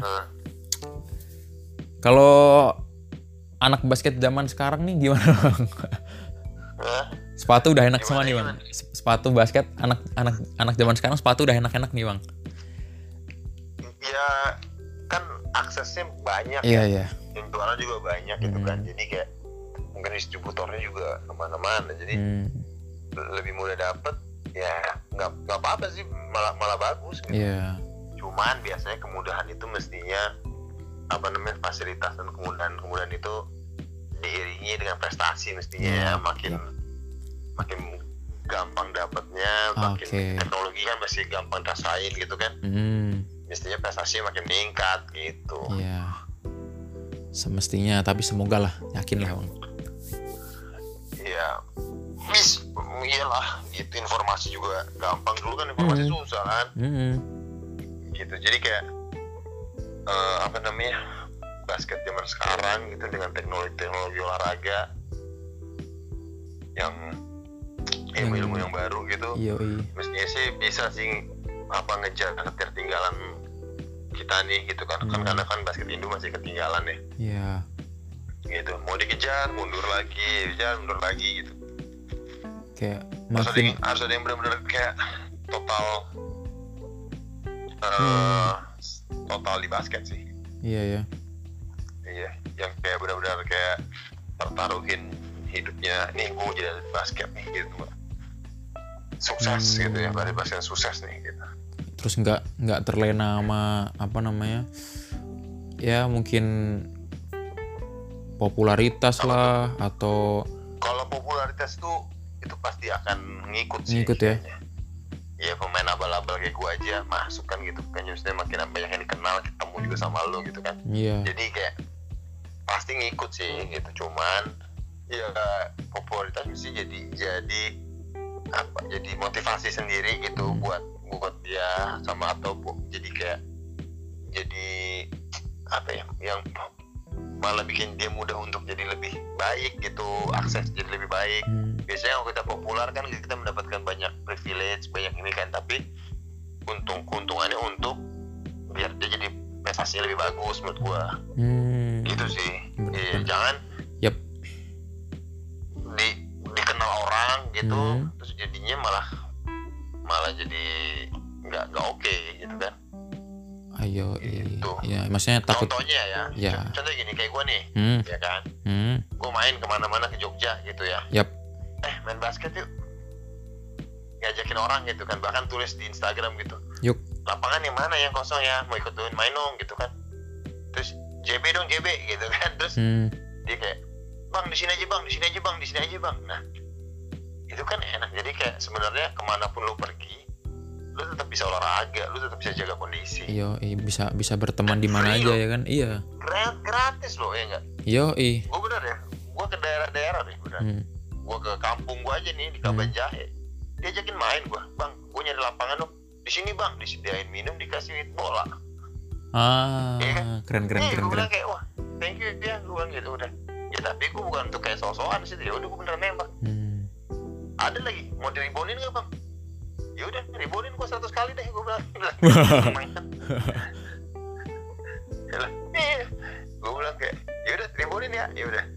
Kalau anak basket zaman sekarang nih gimana bang? Sepatu udah enak semua nih bang. Sepatu basket anak zaman sekarang sepatu udah enak nih bang. Ya kan aksesnya banyak. Iya. Yang jualan juga banyak gitu kan. Jadi kayak mungkin distributornya juga kemana-mana. Jadi lebih mudah dapet, ya nggak apa-apa sih, malah bagus gitu. Iya. Cuman biasanya kemudahan itu mestinya fasilitas dan kemudahan itu diiringi dengan prestasi mestinya. Makin gampang dapatnya, makin teknologi kan masih gampang rasain gitu kan. Mestinya prestasinya makin meningkat gitu. Iya. Semestinya, tapi semoga lah, yakin lah bang. Iya. Iyalah, gitu, informasi juga gampang. Dulu kan informasi susah kan. Gitu. Jadi kayak basket zaman sekarang gitu dengan teknologi olahraga yang ilmu yang baru gitu. Mestinya sih bisa sih ngejar ketertinggalan kita nih gitu kan. Karena kan basket Indo masih ketinggalan ya. Iya. Gitu. Mau dikejar, mundur lagi gitu. Kayak harus ada yang benar-benar kayak total di basket sih. Iya, yang kayak benar-benar kayak tertaruhin hidupnya, nih gue jadi basket nih gitu, sukses gitu ya, dari basket sukses nih gitu. Terus nggak terlena sama ya mungkin popularitas lah, atau kalau popularitas itu pasti akan ngikut ya. Ya pemain abal-abal kayak gue aja masuk kan gitu kan, maksudnya makin banyak yang dikenal, ketemu juga sama lo gitu kan. Jadi kayak pasti ngikut sih gitu. Cuman ya popularitas mesti jadi motivasi sendiri gitu buat dia sama, atau jadi kayak yang malah bikin dia mudah untuk jadi lebih baik gitu, akses jadi lebih baik. Biasanya kalau kita populer kan kita mendapatkan banyak privilege, banyak ini kan, tapi keuntungannya untuk biar dia jadi prestasinya lebih bagus menurut gua. Gitu sih. Ya, jangan dikenal orang gitu, terus jadinya malah jadi nggak oke gitu kan. Ayo, gitu. Iya, maksudnya takut. Contohnya ya. Contohnya gini, kayak gue nih, ya kan. Gue main kemana-mana ke Jogja gitu ya. Main basket yuk. Ngajakin orang gitu kan, bahkan tulis di Instagram gitu. Yuk. Lapangan yang mana yang kosong ya, mau ikut main dong gitu kan. Terus JB gitu kan. Terus dia kayak, bang di sini aja bang. Nah, itu kan enak. Jadi kayak sebenarnya kemanapun lo pergi, lu tetap bisa olahraga, lu tetap bisa jaga kondisi. Iya, bisa berteman di mana aja ya kan? Iya. Gratis loh, ya enggak? Gue bener ya, gue ke daerah-daerah nih, bener. Gue ke kampung gue aja nih di Kaban Jahe. Diajakin main gue, bang, gue nyari lapangan dong. Di sini bang, disediain minum, dikasih bola. Ya kan? Keren. Gue bilang kayak, wah, thank you ya, gue bilang gitu udah. Ya tapi gue bukan untuk kayak so-soan sih, ya udah gue beneran nembak. Ada lagi, mau diribonin nggak bang? Ya udah ribonin gue 100 kali deh, gue bilang. Gue bilang kayak, ya udah ribonin ya udah.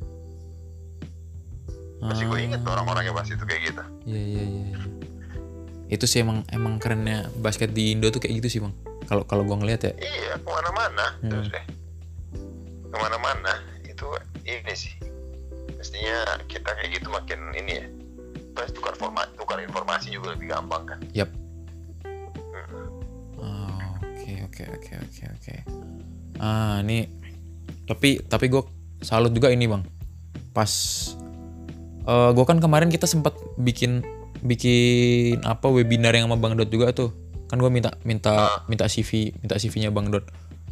Masih gue inget orang-orangnya pas itu kayak gitu. Iya. Itu sih emang kerennya basket di Indo tuh kayak gitu sih bang. Kalau gue ngeliat ya. Iya, kemana-mana terus deh. Kemana-mana itu ini sih. Mestinya kita kayak gitu makin ini ya. Terus tukar informasi juga lebih gampang kan. Yap. Oke. Ini tapi gue salut juga ini bang. Pas gue kan kemarin kita sempat bikin webinar yang sama Bang Dot juga tuh. Kan gue minta CV-nya Bang Dot.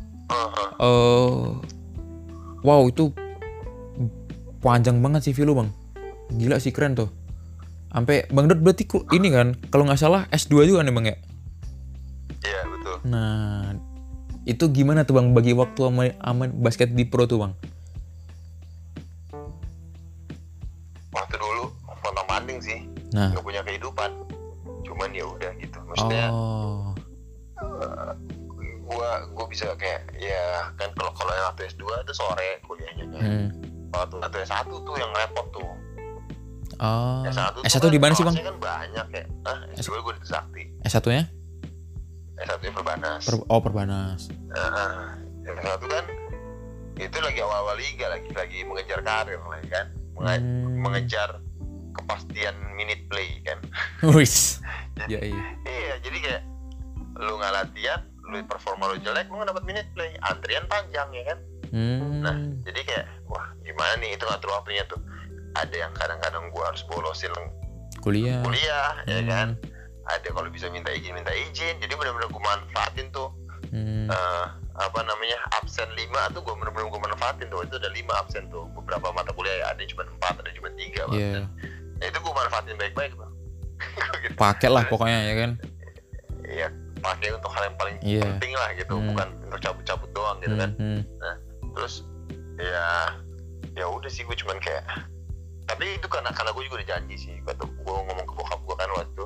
Wow, itu panjang banget CV lu bang. Gila sih, keren tuh. Sampai Bang Dot berarti ini kan, kalau nggak salah S2 juga nih bang ya? Iya betul. Nah, itu gimana tuh bang bagi waktu sama basket di pro tuh bang? Waktu dulu pontang-panting sih, nggak punya kehidupan. Cuman ya udah gitu, maksudnya. Gue bisa kayak ya kan kalau yang waktu S2 itu sore kuliahnya kan. Waktu S1 tuh yang repot tuh. S1 di mana sih bang? Kan banyak ya. S2 gue di Trisakti. S1-nya? S1-nya Perbanas. Perbanas. S1 kan itu lagi awal-awal liga, lagi mengejar karir lagi kan. Mengejar kepastian minute play kan. Wis. Jadi, iya, jadi kayak lu nggak latihan, lu performa lu jelek, lu nggak dapat minute play, antrian panjang ya kan. Nah jadi kayak wah gimana nih itu ngatur waktunya tuh. Ada yang kadang-kadang gua harus bolosin kuliah ya kan. Ada kalau bisa minta izin, jadi benar-benar gua manfaatin tuh. Absen 5 tuh gue bener-bener gue manfaatin tuh. Itu ada 5 absen tuh, beberapa mata kuliah ya, ada cuma 4, ada cuma 3 absen. Nah itu gue manfaatin baik-baik tuh. Gitu. Pakai lah pokoknya ya kan. Iya, pakai untuk hal yang paling penting lah gitu, bukan untuk cabut-cabut doang gitu kan. Nah terus ya udah sih, gue cuman kayak, tapi itu karena gue juga udah janji sih. Gue ngomong ke bokap gue kan waktu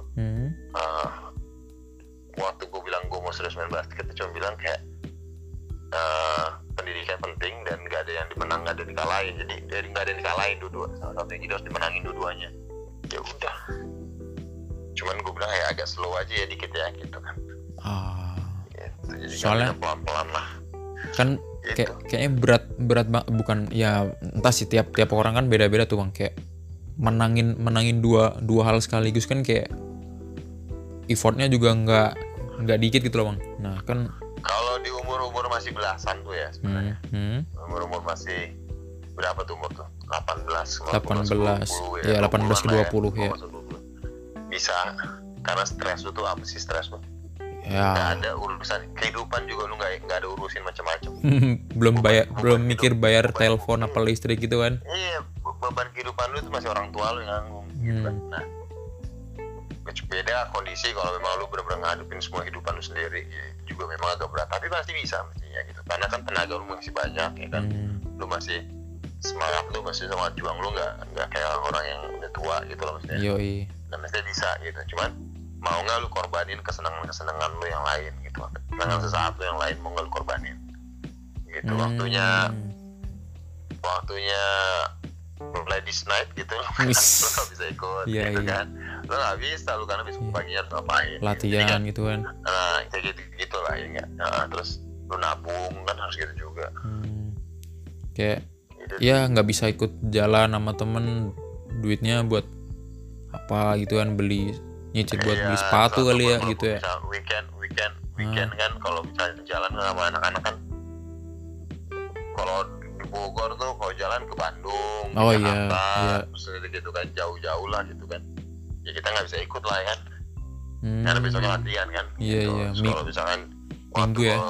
waktu gue bilang gue mau serius main basket, dia cuma bilang kayak pendidikan penting dan gak ada yang dimenang, gak ada yang dikalahin. Jadi gak ada yang dikalahin dua-dua, salah satunya jadi harus dimenangin dua-duanya. Ya udah, cuman gue bilang ya agak slow aja ya dikit ya gitu kan. Gitu. Jadi soalnya pelan-pelan lah kan gitu. Kayaknya berat bukan ya, entah sih tiap orang kan beda-beda tuh bang. Kayak menangin dua hal sekaligus kan kayak effortnya juga nggak dikit gitu loh bang. Nah kan kalau di umur masih belasan tuh ya sebenarnya. Umur masih berapa tuh umur tuh? 18 ya 18 ke 20 ya. Bisa, karena stres tuh apa sih stres tuh? Ya. Gak ada urusan kehidupan juga, lu nggak ada urusin macam-macam. belum mikir bayar telepon apa listrik gitu kan? Iya, beban kehidupan lu itu masih orang tua lu yang nanggung gitu kan. Nah beda kondisi kalau memang lu benar-benar ngadepin semua kehidupan lu sendiri ya, juga memang agak berat, tapi pasti bisa mestinya gitu, karena kan tenaga lu masih banyak ya kan. Lu masih semangat, lu masih semangat juang, lu nggak kayak orang yang udah tua gitu loh mestinya. Yoi. Dan mestinya bisa gitu, cuman mau nggak lu korbanin kesenangan lu yang lain gitu, kesenangan sesaat lu yang lain mau nggak lu korbanin gitu. Waktunya ladies night gitu, lu nggak bisa ikut gitu kan. Lu nggak bisa, lu karena besok paginya harus ngapain latihan kan, gitu kan. Nah kayak gitu lah ya nggak. Terus lu nabung kan harus gitu juga. Kayak gitu. Ya nggak bisa ikut jalan sama temen, duitnya buat apa gitu kan, nyicil buat beli sepatu kali ya gitu ya. Weekend kan kalau misalnya jalan sama anak-anak kan, kalau di Bogor tuh kalau jalan ke Bandung, Jakarta, terus gitu kan, jauh-jauh lah gitu kan. Ya kita nggak bisa ikut lah kan, karena besoknya latihan kan. Iya. Kalau misalkan Minggu ya.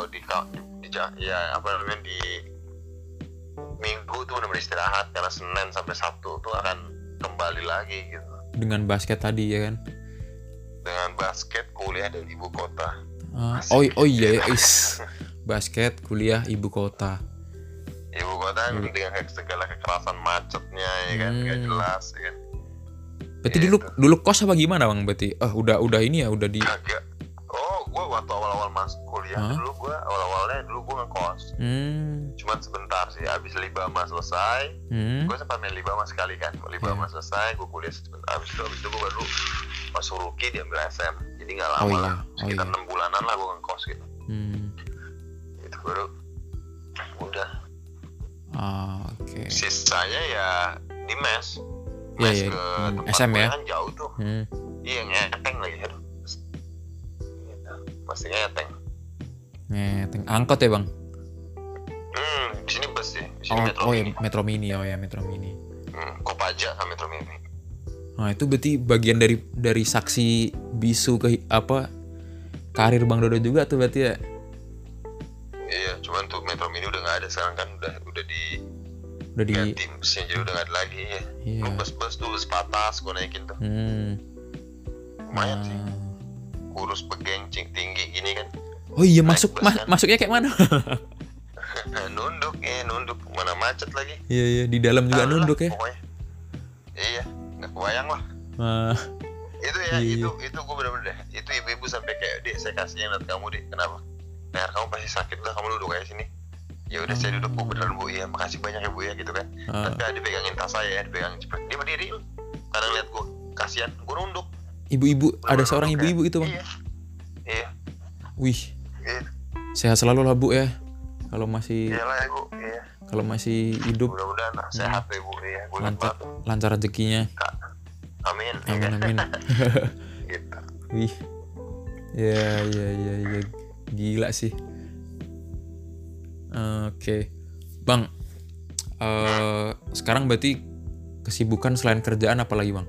Di Minggu tuh udah beristirahat, karena Senin sampai Sabtu tuh akan kembali lagi gitu. Dengan basket tadi ya kan. Dengan basket, kuliah di ibu kota. Iya. Basket, kuliah ibu kota. Ibu kota dengan segala kekerasan macetnya ya kan, nggak jelas ya kan. Berarti dulu kos apa gimana bang? Berarti udah ini ya, udah di. Agak. Gue waktu awal-awal masuk kuliah dulu gue ngekos. Cuman sebentar sih, habis Libama selesai. Gue sempat main Libama sekali kan. Libama selesai, gue kuliah sebentar. Habis itu gue baru masuk Ruki, diambil SM. Jadi nggak lama lah, sekitar 6 bulanan lah gue ngekos gitu. Itu baru udah. Oke. Sisanya ya di mes. Iya. Ke SM ya. Kan jauh tuh. Iya, ngeteng lagi. Pasti ngeteng. Angkot ya bang? Di sini bus sih. Di sini Metro Mini. Metro Mini. Kopaja sama Metro Mini. Nah itu berarti bagian dari saksi bisu ke karir Bang Dodo juga tuh berarti ya? Iya, cuman tuh Metro Mini udah nggak ada sekarang kan, udah di tim mesin, jadi udah nggak ada lagi ya. Iya. Bus dulu sepatas gue naikin tuh. Lumayan sih. Kurus, begeng, tinggi gini kan. Oh iya, masuknya kayak mana? Nunduk mana macet lagi. Iya di dalam juga nunduk ya. Pokoknya. Iya, nggak kebayang lah. Itu ya, itu gue bener-bener deh. Itu ibu-ibu sampai kayak, "Dek, saya kasih yang lihat kamu deh, kenapa? Nah, kamu pasti sakit lah, kamu duduk kayak sini." Ya udah, saya duduk, Bu, beneran Bu, ya makasih banyak ya Bu ya gitu kan. Tapi dipegangin tas saya, dipegangin cepet, dia berdiri. Karena lihat gue kasihan, gue nunduk. Ibu-ibu, ada seorang ibu-ibu itu bang. Iya. Wih. Iya. Sehat selalu lah Bu ya. Kalau masih. Iyalah ya Bu. Iya. Kalau masih hidup. Mudah-mudahan sehat ya Bu ya. Lancar rezekinya. Amin. Amin amin. Gitu. Wih. Ya. Gila sih. Oke. Bang, sekarang berarti kesibukan selain kerjaan apa lagi, Bang?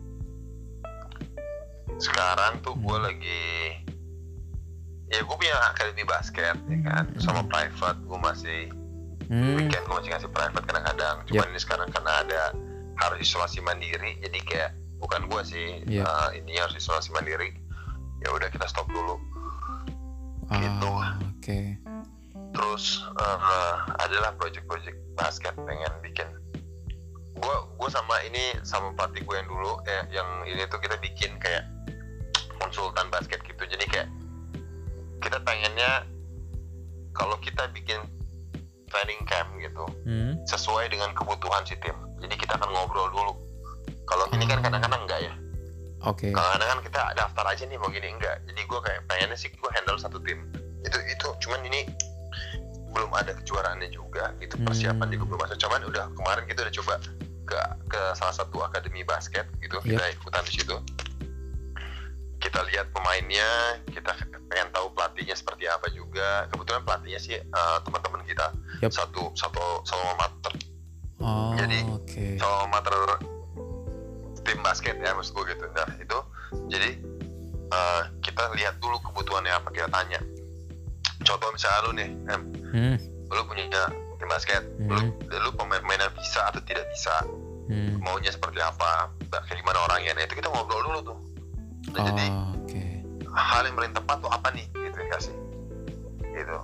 Sekarang tuh gue lagi, ya gue punya akademi basket ya kan, sama private gue masih weekend gue masih ngasih private kadang-kadang. Cuman ini sekarang karena ada harus isolasi mandiri, jadi kayak bukan gue sih, ini harus isolasi mandiri. Ya udah kita stop dulu. Gitu. Oke. Terus adalah project-project basket pengen bikin. Gue sama pelatih gue yang dulu yang ini tuh kita bikin kayak konsultan basket gitu. Jadi kayak kita pengennya kalau kita bikin training camp gitu sesuai dengan kebutuhan si tim. Jadi kita akan ngobrol dulu. Kalau ini kan kadang-kadang enggak ya. Oke. Kadang-kadang kita daftar aja nih mau gini, enggak. Jadi gue kayak pengennya sih gue handle satu tim. Itu cuman ini belum ada kejuaraannya juga gitu, persiapan juga belum masuk. Cuman udah kemarin kita udah coba ke salah satu akademi basket gitu, kita ikutan di situ. Kita lihat pemainnya, kita pengen tahu pelatihnya seperti apa juga. Kebetulan pelatihnya sih teman-teman kita satu sama mater. Jadi sama mater tim basket ya maksud gue gitu. Nah itu jadi kita lihat dulu kebutuhannya apa, kita tanya. Contoh misalnya lu nih, lu punya tim basket, lu pemain-pemain yang bisa atau tidak bisa, maunya seperti apa, kayak gimana orangnya. Nah itu kita ngobrol dulu tuh. Nah, jadi hal yang paling tepat tuh apa nih gitu ya sih, gitu.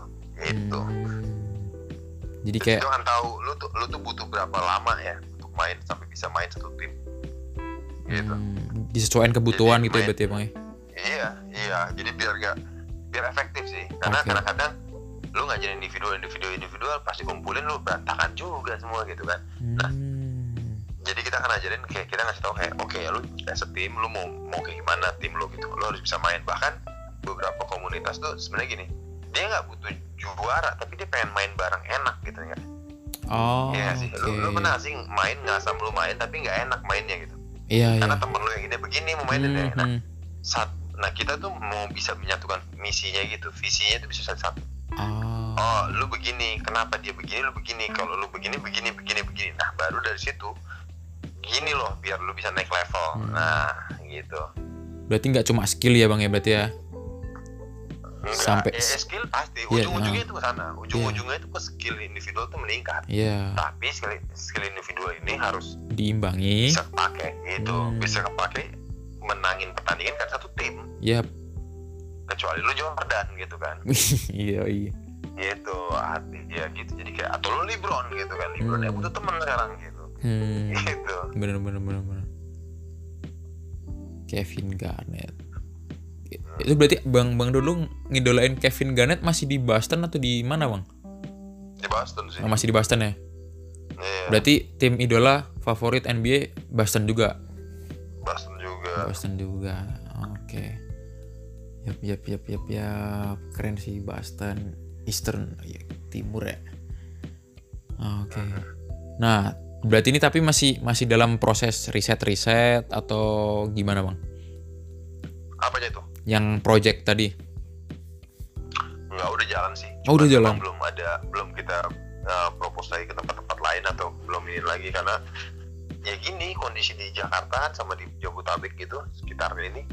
Jadi kayak itu kan tahu lu tuh butuh berapa lama ya untuk main sampai bisa main satu tim, gitu. Disesuaikan kebutuhan jadi, gitu ya berarti Bang ya. Iya. Jadi biar efektif sih. Karena kadang-kadang lu ngajarin individual pasti kumpulin lu berantakan juga semua gitu kan. Nah, jadi kita akan ajarin kayak kita ngasih tahu kayak oke, lu as a team lu mau kayak gimana tim lu gitu. Lu harus bisa main. Bahkan beberapa komunitas tuh sebenarnya gini, dia nggak butuh juara tapi dia pengen main bareng enak gitu ya. Iya sih. Lu pernah sih main nggak sama lu main tapi nggak enak mainnya gitu. Iya. Karena temen lu yang ini begini mau mainin ya. Nah kita tuh mau bisa menyatukan misinya gitu, visinya itu bisa satu. Oh lu begini, kenapa dia begini, lu begini. Kalau lu begini. Nah baru dari situ gini loh biar lu bisa naik level. Nah gitu. Berarti nggak cuma skill ya Bang ya berarti ya? Enggak, sampai skill pasti ujung-ujungnya itu ke sana. Ujung-ujungnya itu ke skill individual itu meningkat. Tapi skill individual ini harus diimbangi, bisa kepake gitu, bisa kepake menangin pertandingan kan satu tim. Kecuali lu Jordan gitu kan. Iya. Gitu, ya gitu. Jadi kayak atau lu LeBron gitu kan. LeBron butuh teman sekarang gitu. Gitu. Bener. Kevin Garnett. Itu berarti Bang dulu ngidolain Kevin Garnett masih di Boston atau di mana Bang? Di Boston sih. Masih di Boston ya? Berarti tim idola favorit NBA Boston juga? Boston juga. Oke. Yap. Keren sih Boston. Eastern timur ya. Oke. Nah, berarti ini tapi masih dalam proses riset atau gimana Bang? Apanya itu? Yang project tadi? Enggak, udah jalan sih. Udah jalan. Belum kita propose lagi ke tempat-tempat lain atau belum ini lagi karena ya gini kondisi di Jakarta sama di Jabodetabek gitu sekitar ini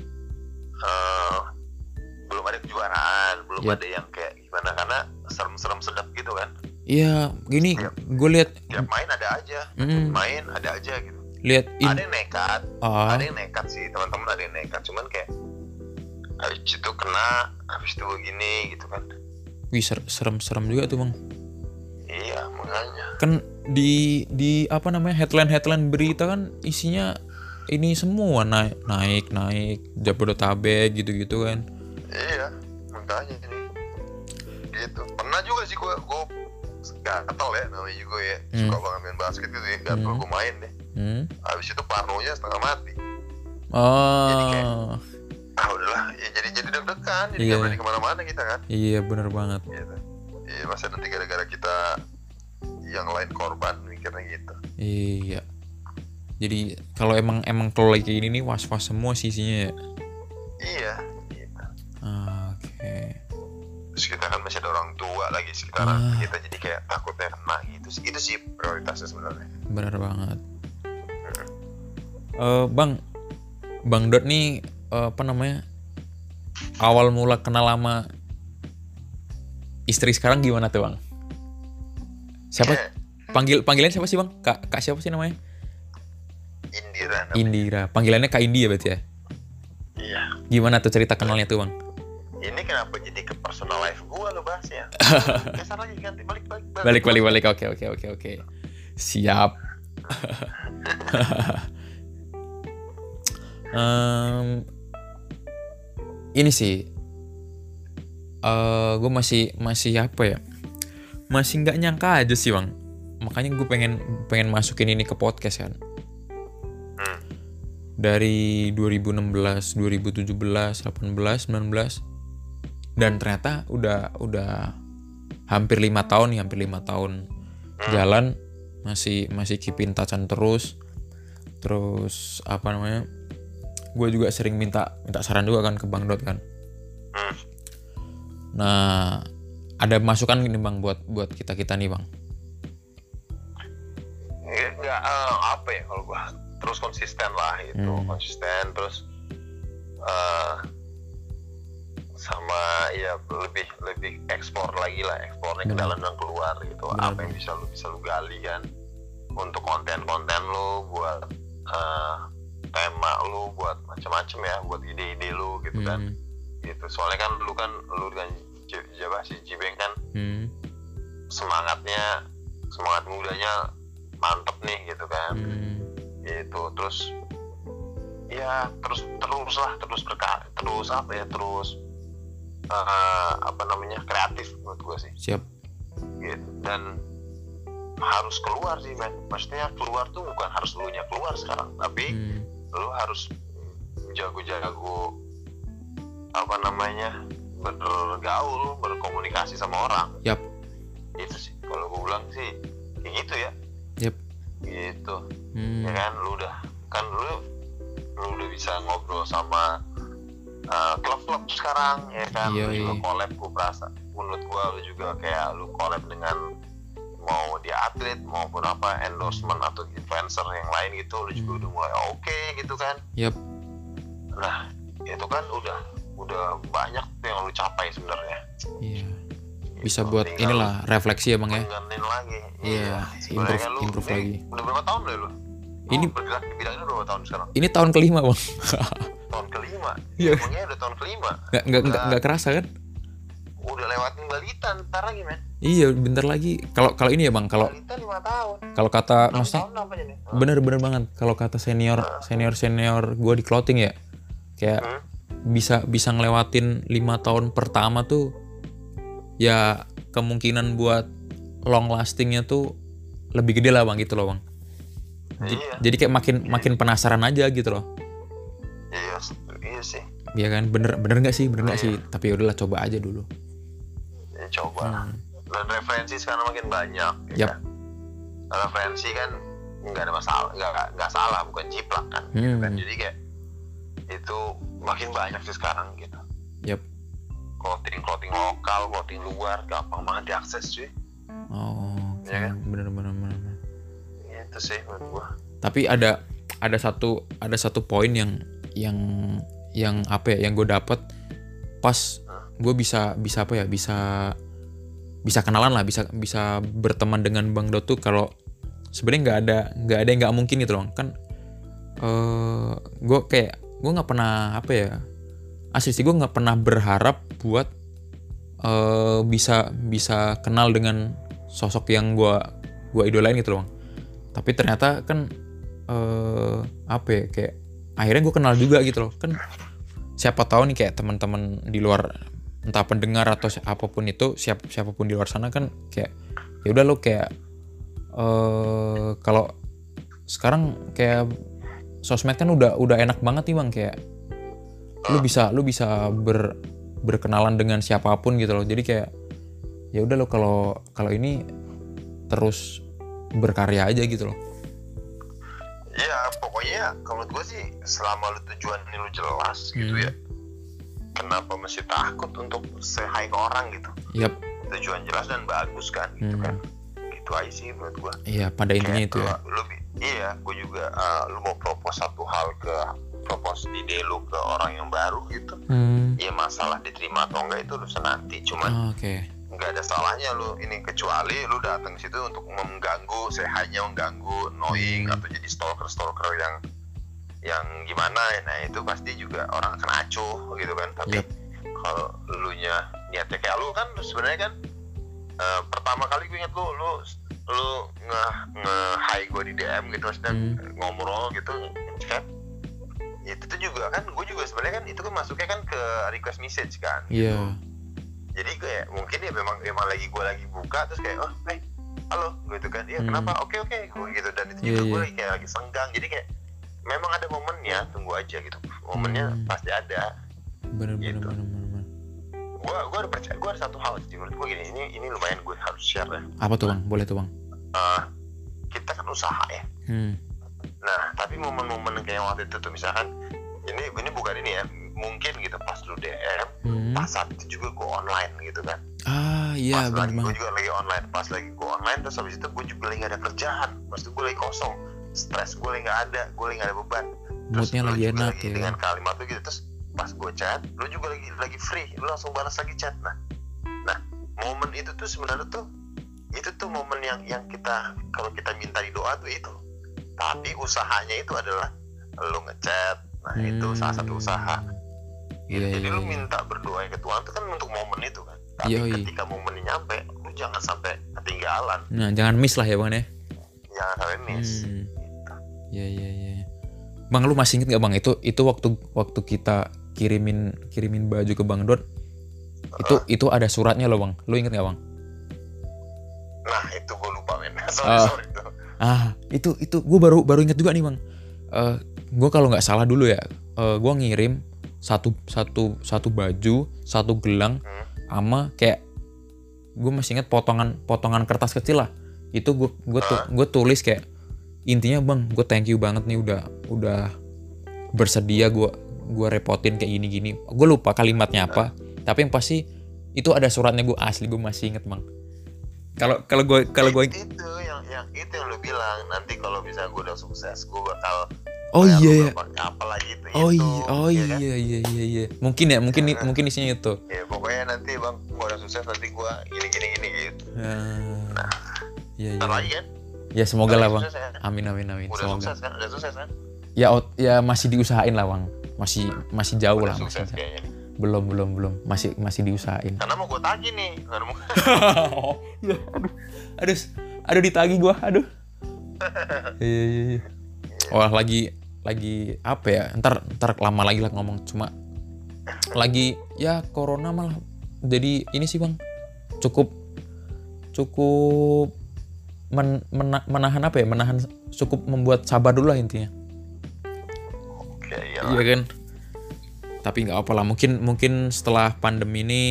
belum ada kejuaraan, belum ada yang kayak gimana karena serem-serem sedap gitu kan. Iya, gini gue lihat tiap main ada aja, main ada aja gitu. Lihat ada yang nekat sih teman-teman, ada yang nekat cuman kayak habis itu kena, habis itu begini gitu kan. Wih serem juga tuh Bang. Iya makanya. Kan di apa namanya headline berita kan isinya ini semua naik Jabodetabek gitu kan. Iya makanya ini gitu. Pernah juga sih gue gatel ya namanya juga ya, suka banget main basket gitu ya, gatel gue main deh. Habis itu parnonya setengah mati. Jadi kayak udahlah ya, jadi deg-degan, jadi gak berani kemana-mana kita kan. Iya benar banget gitu. Iya masa nanti gara-gara kita yang lain korban mikirnya gitu. Iya Jadi kalau emang kalau lagi ini nih was-was semua sih isinya ya. Iya gitu. Oke. Terus kita kan masih ada orang tua lagi sekarang, kita jadi kayak takutnya kena gitu. Itu sih prioritasnya sebenarnya. Benar banget. Bang Dot nih apa namanya, awal mula kenal lama istri sekarang gimana tuh Bang? Siapa? Panggilan siapa sih Bang? Kak siapa sih namanya? Indira namanya. Indira. Panggilannya Kak Indi ya berarti ya? Iya. Gimana tuh cerita kenalnya tuh Bang? Ini kenapa jadi ke personal life gua lo bahasnya? Kesana lagi ganti Balik. Oke. Siap. Ini sih gue masih apa ya, masih nggak nyangka aja sih Bang, makanya gue pengen masukin ini ke podcast kan. Dari 2016, 2017, 18, 19, dan ternyata udah hampir 5 tahun jalan, masih keep in touch-an terus apa namanya, gue juga sering minta saran juga kan ke Bang Dot kan. Nah, ada masukan gini Bang buat kita nih Bang. Nggak apa ya, kalau gue terus konsisten lah gitu. Konsisten terus sama ya lebih eksplornya ke dalam dan keluar gitu. Apa yang bisa lu gali kan untuk konten lu, buat tema lu, buat macam-macam ya, buat ide-ide lu gitu kan. Gitu. Soalnya kan lu dengan si Jibeng kan semangat mudanya mantep nih gitu kan. Gitu. Terus kreatif menurut gue sih. Siap. Gitu. Dan harus keluar sih men. Maksudnya keluar tuh bukan harus dulunya keluar sekarang, tapi lu harus jago-jago bergaul, berkomunikasi sama orang. Yap. Itu sih kalau gue bilang sih kayak gitu ya. Yap. Gitu. Ya kan lu udah bisa ngobrol sama klub-klub sekarang ya kan. Lu juga collab, gue perasa menurut gue lu juga kayak lu collab dengan mau dia atlet maupun apa endorsement atau influencer yang lain gitu, lu juga udah mulai oke gitu kan. Yap. Nah itu kan udah banyak tuh yang lu capai sebenarnya. Iya. Bisa buat inilah refleksi ya Bang ya. Lagi. Iya. Improve lagi. Udah berapa tahun lu? Ini bergerak di bidang ini berapa tahun sekarang? Ini tahun kelima Bang. Tahun kelima? Iya. Emangnya udah tahun kelima? Nggak kerasa kan? Udah lewatin balitan, ntar lagi men. Iya, bentar lagi. Kalau ini ya Bang, kalau balitan 5 tahun. Kalau kata maksudnya bener banget. Kalau kata senior gue di clothing ya, kayak bisa ngelewatin 5 tahun pertama tuh, ya kemungkinan buat long lastingnya tuh lebih gede lah Bang gitu loh Bang. Jadi kayak makin penasaran aja gitu loh. Iya sih. Iya kan, bener nggak sih? Tapi udahlah, coba aja dulu. Ya, coba. Dan referensi sekarang makin banyak. Yap. Kan? Referensi kan nggak ada masalah, nggak salah, bukan jiplak kan. Gitu kan. Jadi kayak itu makin banyak sih sekarang gitu. Yap. Clothing lokal, clothing luar, gampang banget diakses cuy. Ya kan? Bener. Itu sih menurut gua. Tapi ada satu poin yang apa ya, yang gue dapet pas gue bisa kenalan lah, bisa berteman dengan Bang Dot tuh. Kalau sebenarnya nggak ada yang nggak mungkin gitu loh kan. Gue nggak pernah apa ya, asli sih gue nggak pernah berharap buat bisa kenal dengan sosok yang gue idolain gitu loh Bang. Tapi ternyata kan apa ya, kayak akhirnya gue kenal juga gitu loh kan. Siapa tahu nih kayak teman-teman di luar, entah pendengar atau apapun itu, siapapun di luar sana kan, kayak ya udah lo kayak kalau sekarang kayak sosmed kan udah enak banget nih Bang, kayak lu bisa berkenalan dengan siapapun gitu loh. Jadi kayak ya udah lo kalau ini terus berkarya aja gitu loh. Iya pokoknya kalau menurut gue sih selama lu tujuan lu jelas gitu ya, kenapa mesti takut untuk say hi ke orang gitu. Yap. Tujuan jelas dan bagus kan gitu kan, gitu aja sih menurut gue. Iya, pada intinya itu ya. Iya, gue juga lu mau propose satu hal propose ide lu ke orang yang baru gitu, ya masalah diterima atau enggak itu urusan nanti. Cuman nggak ada salahnya lu ini, kecuali lu datang ke situ untuk mengganggu, hanya mengganggu, annoying atau jadi stalker yang gimana ya. Nah itu pasti juga orang akan acuh gitu kan. Tapi kalau lu nya niatnya kayak lu kan sebenarnya kan, pertama kali gue ingat lu nge-hi gue di DM gitu, maksudnya ngobrol gitu chat. Itu tuh juga kan, gue juga sebenarnya kan itu kan masuknya kan ke request message kan. Iya. Jadi kayak mungkin ya memang gue lagi buka terus kayak halo gitu kan. Iya kenapa? Oke gue gitu. Dan itu juga gue lagi senggang. Jadi kayak memang ada momennya, tunggu aja gitu. Momennya pasti ada. Bener. Gue ada percaya, gue ada satu hal sih menurut gue gini, ini lumayan gue harus share ya. Apa tuh bang? Boleh tuh bang. Kita kan usaha ya. Nah tapi momen-momen kayak waktu itu tuh misalkan ini bukan ini ya, mungkin gitu pas lu DM pas saat itu juga gue online gitu kan. Iya benar banget. Gue juga lagi online, pas lagi gue online terus habis itu gue juga lagi gak ada kerjaan, pas itu gue lagi kosong, stres gue lagi gak ada, gue lagi gak ada beban, terus moodnya lagi enak ya dengan kalimat tuh gitu. Terus pas gue chat lu juga lagi free, lu langsung balas lagi chat. Nah momen itu tuh sebenarnya tuh itu tuh momen yang kita kalau kita minta di doa tuh itu, tapi usahanya itu adalah lu ngechat. Nah itu salah satu usaha. Jadi lu minta berdoa ke Tuhan itu kan untuk momen itu kan. Tapi ketika momennya nyampe, lu jangan sampai ketinggalan. Nah jangan miss lah ya bang ya. Jangan sampai miss. Iya. Bang lu masih inget nggak bang itu waktu kita kirimin baju ke Bang Don, itu ada suratnya loh bang. Lu inget nggak bang? Nah itu gue lupa men. Sorry itu. Itu gue baru inget juga nih bang. Gue kalau nggak salah dulu ya, gue ngirim satu baju, satu gelang, sama kayak gue masih inget potongan kertas kecil lah. Itu gue tulis kayak intinya bang, gue thank you banget nih udah bersedia gue repotin kayak gini. Gue lupa kalimatnya apa, tapi yang pasti itu ada suratnya, gue asli gue masih inget bang. Kalau gue itu yang lu bilang, nanti kalau misalnya gue udah sukses gue bakal iya. Apalagi itu. Iya. Mungkin isinya itu. Ya pokoknya nanti bang gue udah sukses nanti gue gini gitu. Iya. Ntar lagi kan? Ya semoga lah bang. Ya? Amin. Udah sukses kan? Ya masih diusahain lah bang. Masih jauh udah lah. Sukses kayaknya. Belum. Masih diusahain. Karena mau gue tagih nih. Ya, aduh ditagih gue. Aduh. Iya. Oh lagi apa ya? Ntar lama lagi lah ngomong, cuma lagi ya corona malah jadi ini sih bang, cukup menahan apa ya? Menahan, cukup membuat sabar dulu lah intinya. Oke, iya kan. Tapi nggak apa lah, mungkin setelah pandemi ini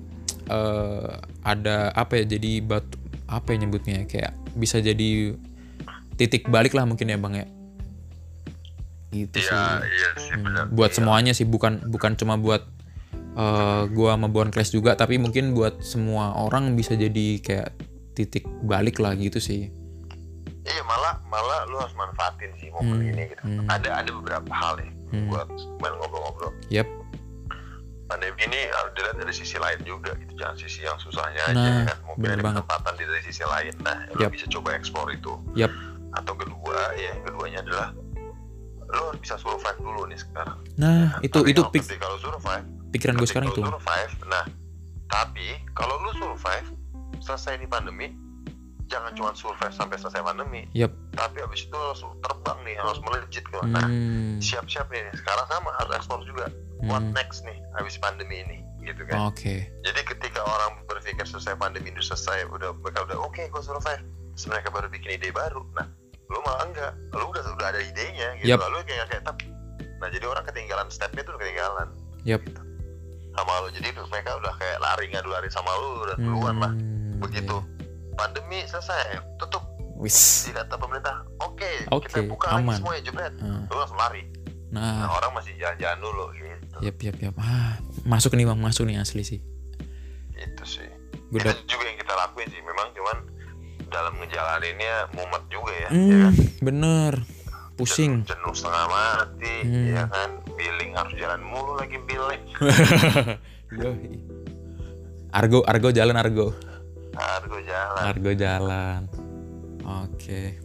ada apa ya? Jadi apa ya nyebutnya, kayak bisa jadi titik balik lah mungkin ya bang ya. Gitu sih. Iya sih benar. Buat semuanya sih, bukan cuma buat gua sama Bonclass juga, tapi mungkin buat semua orang bisa jadi kayak titik balik lah gitu sih. Iya, malah lu harus manfaatin sih momen ini gitu. Ada beberapa hal ya buat main ngobrol-ngobrol. Yap. Pandemi ini harus dilihat dari sisi lain juga gitu, jangan sisi yang susahnya Nah, aja kan. Mungkin ada kesempatan dari sisi lain. Nah, lu bisa coba explore itu. Yap. Atau keduanya adalah lo harus bisa survive dulu nih sekarang. Nah, itu kalau survive, pikiran gue sekarang itu. Survive. Nah, tapi kalau lu survive selesai di pandemi, jangan cuma survive sampai selesai pandemi. Yap. Tapi abis itu harus melejit nih, harus melejit kan. Nah, siap-siap nih. Sekarang sama harus explore juga. What next nih abis pandemi ini, gitu kan? Oke. Jadi ketika orang berpikir selesai pandemi ini selesai, mereka udah oke, gue survive. Terus mereka baru bikin ide baru. Nah, lu malah enggak, lu udah ada idenya gitu. Lalu kayak nah jadi orang ketinggalan stepnya tuh ketinggalan. Gitu. Sama lu, jadi mereka udah kayak lari sama lu udah duluan lah. Begitu pandemi selesai, tutup Wis. Dikata pemerintah, oke, Oke, kita buka aman. lagi semuanya, jebret. Lu langsung lari. Nah, Nah, orang masih jalan-jalan dulu gitu. yap. Masuk nih Bang, masuk nih asli sih. Itu sih. Gua Itu juga yang kita lakuin sih. Memang cuman dalam ngejalaninnya mumet juga ya, ya kan? Bener. Pusing. Jenuh setengah mati, ya kan? Billing harus jalan mulu lagi billing. Yoi. Argo jalan Argo. Argo jalan. Oke.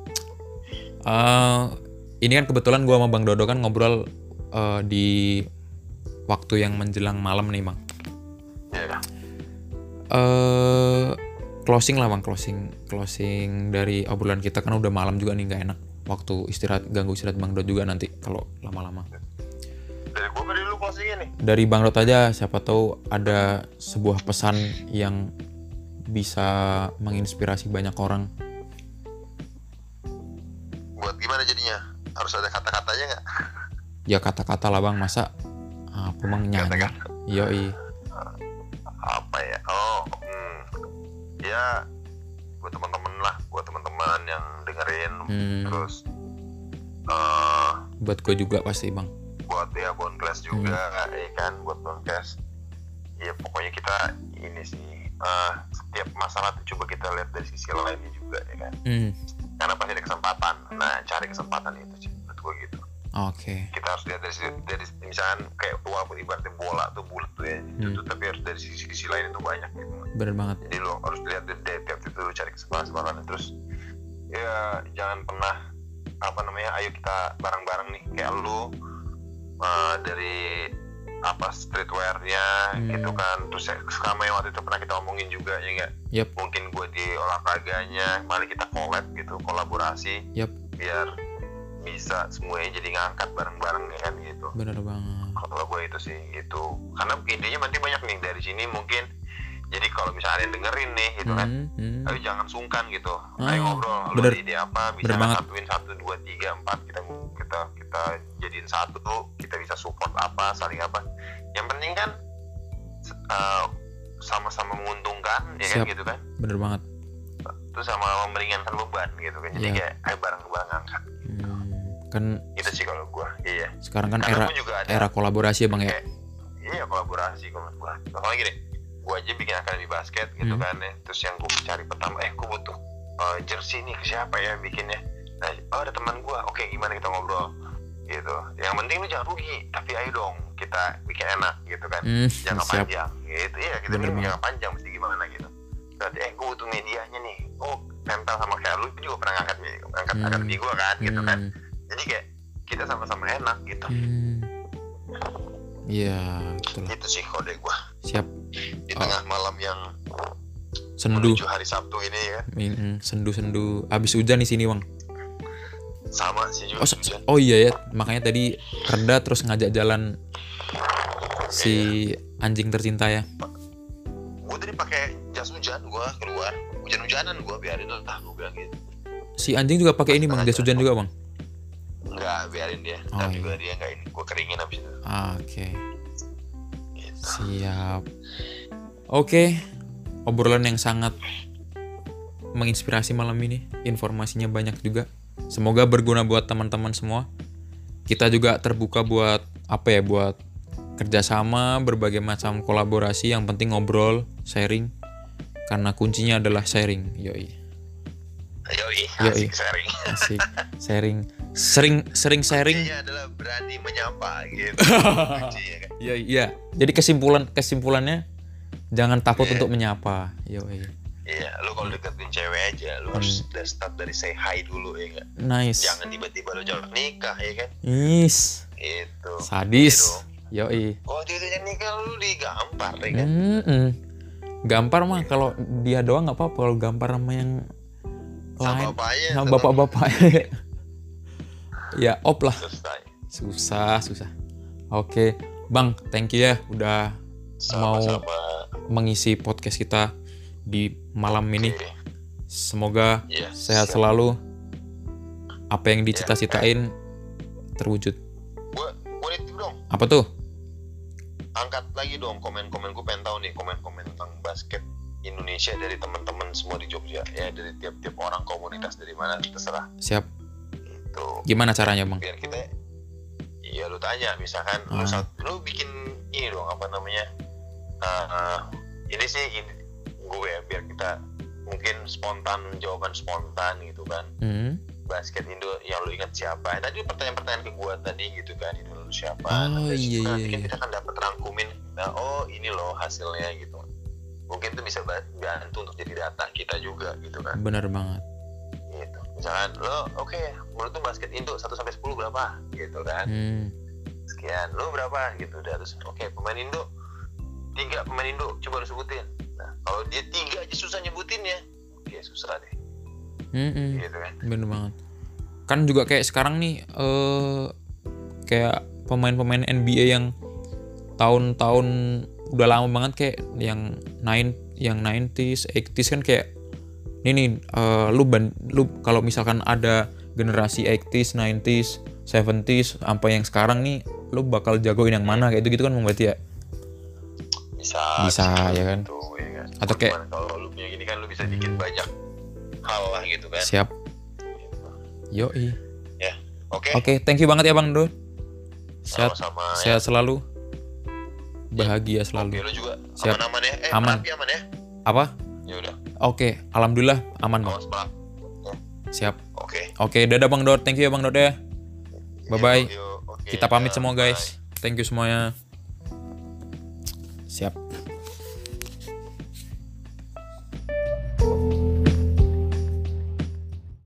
Ini kan kebetulan gue sama Bang Dodo kan ngobrol di waktu yang menjelang malam nih Bang. Iya. Closing lah Bang, closing dari obrolan kita kan udah malam juga nih, nggak enak waktu istirahat, ganggu istirahat Bang Dodo juga nanti kalau lama-lama. Dari gue tadi lu closingnya nih. Dari Bang Dodo aja, siapa tahu ada sebuah pesan yang bisa menginspirasi banyak orang. Buat gimana jadinya? Harus ada kata-katanya nggak? Ya kata-kata lah Bang, masa apa Bang nyanyi? Kata-kata. Yoi. Apa ya? Ya buat teman-teman yang dengerin, terus Buat gue juga pasti Bang. buat ya Bondclass juga, ya kan, buat Bondclass. Ya pokoknya kita ini sih, setiap masalah tuh coba kita lihat dari sisi lainnya juga, ya kan. Karena pasti ada kesempatan. Nah, cari kesempatan itu sih menurut gue gitu. Oke. Kita harus lihat dari misalkan kayak walaupun ibaratnya bola tuh bulat tuh ya, itu tapi harus dari sisi lain itu banyak gitu. Bener banget. Jadi lo harus lihat dari tiap itu, cari kesempatan terus ya jangan pernah ayo kita bareng-bareng nih kayak lu dari streetwear-nya gitu kan, terus sama yang waktu itu pernah kita omongin juga ya nggak? Yep. Mungkin gue di olahraganya, mari kita kolaborasi, biar bisa semuanya jadi ngangkat bareng-bareng ya kan gitu. Bener banget. Kalau gue itu sih gitu, karena idenya nanti banyak nih dari sini mungkin. Jadi kalau misalnya dengerin nih gitu kan, ayo jangan sungkan gitu, ayo ngobrol, lu ada ide apa, bisa satuin 1, 2, 3, 4, kita jadiin satu, kita bisa support apa, saling apa. Yang penting kan sama-sama menguntungkan, ya kan gitu kan. Bener banget. Terus sama meringankan beban gitu kan, jadi kayak ayo bareng-bareng angkat. Kan itu sih kalau gue, iya. Sekarang kan era kolaborasi ya Bang ya. Iya kolaborasi kalau gue. Soalnya gini, gue aja bikin akademi basket gitu kan ya. Terus yang gue cari pertama, gue butuh jersey nih, ke siapa ya bikinnya. Nah, ada teman gue, oke, gimana kita ngobrol gitu. Yang penting lu jangan rugi, tapi ayo dong kita bikin enak gitu kan. Jangka panjang gitu. Iya, kita bikin jangka panjang mesti gimana gitu. Berarti gue butuh medianya nih. Nempel sama kayak lu juga pernah ngangkat akademi gue kan gitu kan. Jadi kayak kita sama-sama enak gitu. Iya, betul. Itu sih kode gue. Siap. Di tengah malam yang sendu. Menuju hari Sabtu ini ya. Sendu. Abis hujan di sini Bang. Sama sih juga. Oh iya ya, makanya tadi reda terus ngajak jalan si anjing tercinta ya. Gue tadi pakai jas hujan, gue keluar hujan-hujanan, gue biarin lah, gue bilang gitu. Si anjing juga pakai ini Bang, jas hujan juga Bang. Enggak, biarin dia. Dan juga dia enggak ini, gue keringin abis itu. Oke. Gitu. Siap. Oke. Obrolan yang sangat menginspirasi malam ini. Informasinya banyak juga. Semoga berguna buat teman-teman semua. Kita juga terbuka buat buat kerjasama, berbagai macam kolaborasi. Yang penting ngobrol, sharing. Karena kuncinya adalah sharing. Yoi. Asik sharing. Asik sharing. Sering sharing. Kuncinya adalah berani menyapa gitu. Kuncinya kan. Iya. Jadi kesimpulannya jangan takut untuk menyapa. Yoi. Iya, lu kalau deketin cewek aja, lu harus start dari say hi dulu ya enggak? Nice. Jangan tiba-tiba lu jawab nikah ya kan? Nice. Itu. Sadis. Yoi. Oh, tiba-tiba nikah lu digampar ya kan? Gampar mah kalau dia doang nggak apa-apa, kalau gampar sama yang lain, sama bapak-bapaknya. Ya op lah. Susah. Oke, Bang, thank you ya udah mau mengisi podcast kita di malam ini. Semoga sehat selalu. Apa yang dicita-citain terwujud. Gue nitip dong. Apa tuh? Angkat lagi dong komen-komen, gue pengen tahu nih komen-komen tentang basket Indonesia, dari teman-teman semua di Jogja ya, dari tiap-tiap orang, komunitas dari mana terserah. Siap. Itu. Gimana caranya bang? Biar kita, iya lu tanya, misalkan lu bikin ini dong, apa namanya? Ini sih gue biar kita mungkin spontan, jawaban spontan gitu kan. Basket Indo yang lu ingat siapa? Tadi pertanyaan-pertanyaan ke gue tadi gitu kan, Indo lu siapa? Nanti kita kan dapat rangkumin, nah, oh ini loh hasilnya gitu. Mungkin itu bisa bantu untuk jadi data kita juga gitu kan. Benar banget. Gitu. Misalkan lo, oke, menurut tuh basket Indo 1-10 berapa gitu kan? Sekian, lo berapa gitu udah. Terus oke, pemain Indo 3 pemain Indo, coba lo sebutin. Nah, kalau dia 3 aja susah nyebutinnya, oke susah deh. Gitu kan. Bener banget. Kan juga kayak sekarang nih kayak pemain-pemain NBA yang tahun-tahun udah lama banget, kayak yang 90s, 80s kan, kayak ini lu kalau misalkan ada generasi 80s, 90s, 70s sampai yang sekarang nih, lu bakal jagoin yang mana kayak gitu kan Bang, berarti ya? Bisa ya kan? Gitu, ya kan? Atau kayak kalau lu punya gini kan lu bisa bikin banyak hal lah gitu kan. Siap. Yoi. Ya, oke. Oke, thank you banget ya Bang Do. Sehat ya. Selalu. Bahagia selalu. Oke, lu juga siap. Aman ya? Aman ya? Apa? Ya udah. Oke, alhamdulillah aman Bang. Ya. Siap. Oke, dadah Bang Dor. Thank you ya Bang Dor ya. Bye bye. Okay, kita pamit semua guys. Bye. Thank you semuanya. Siap.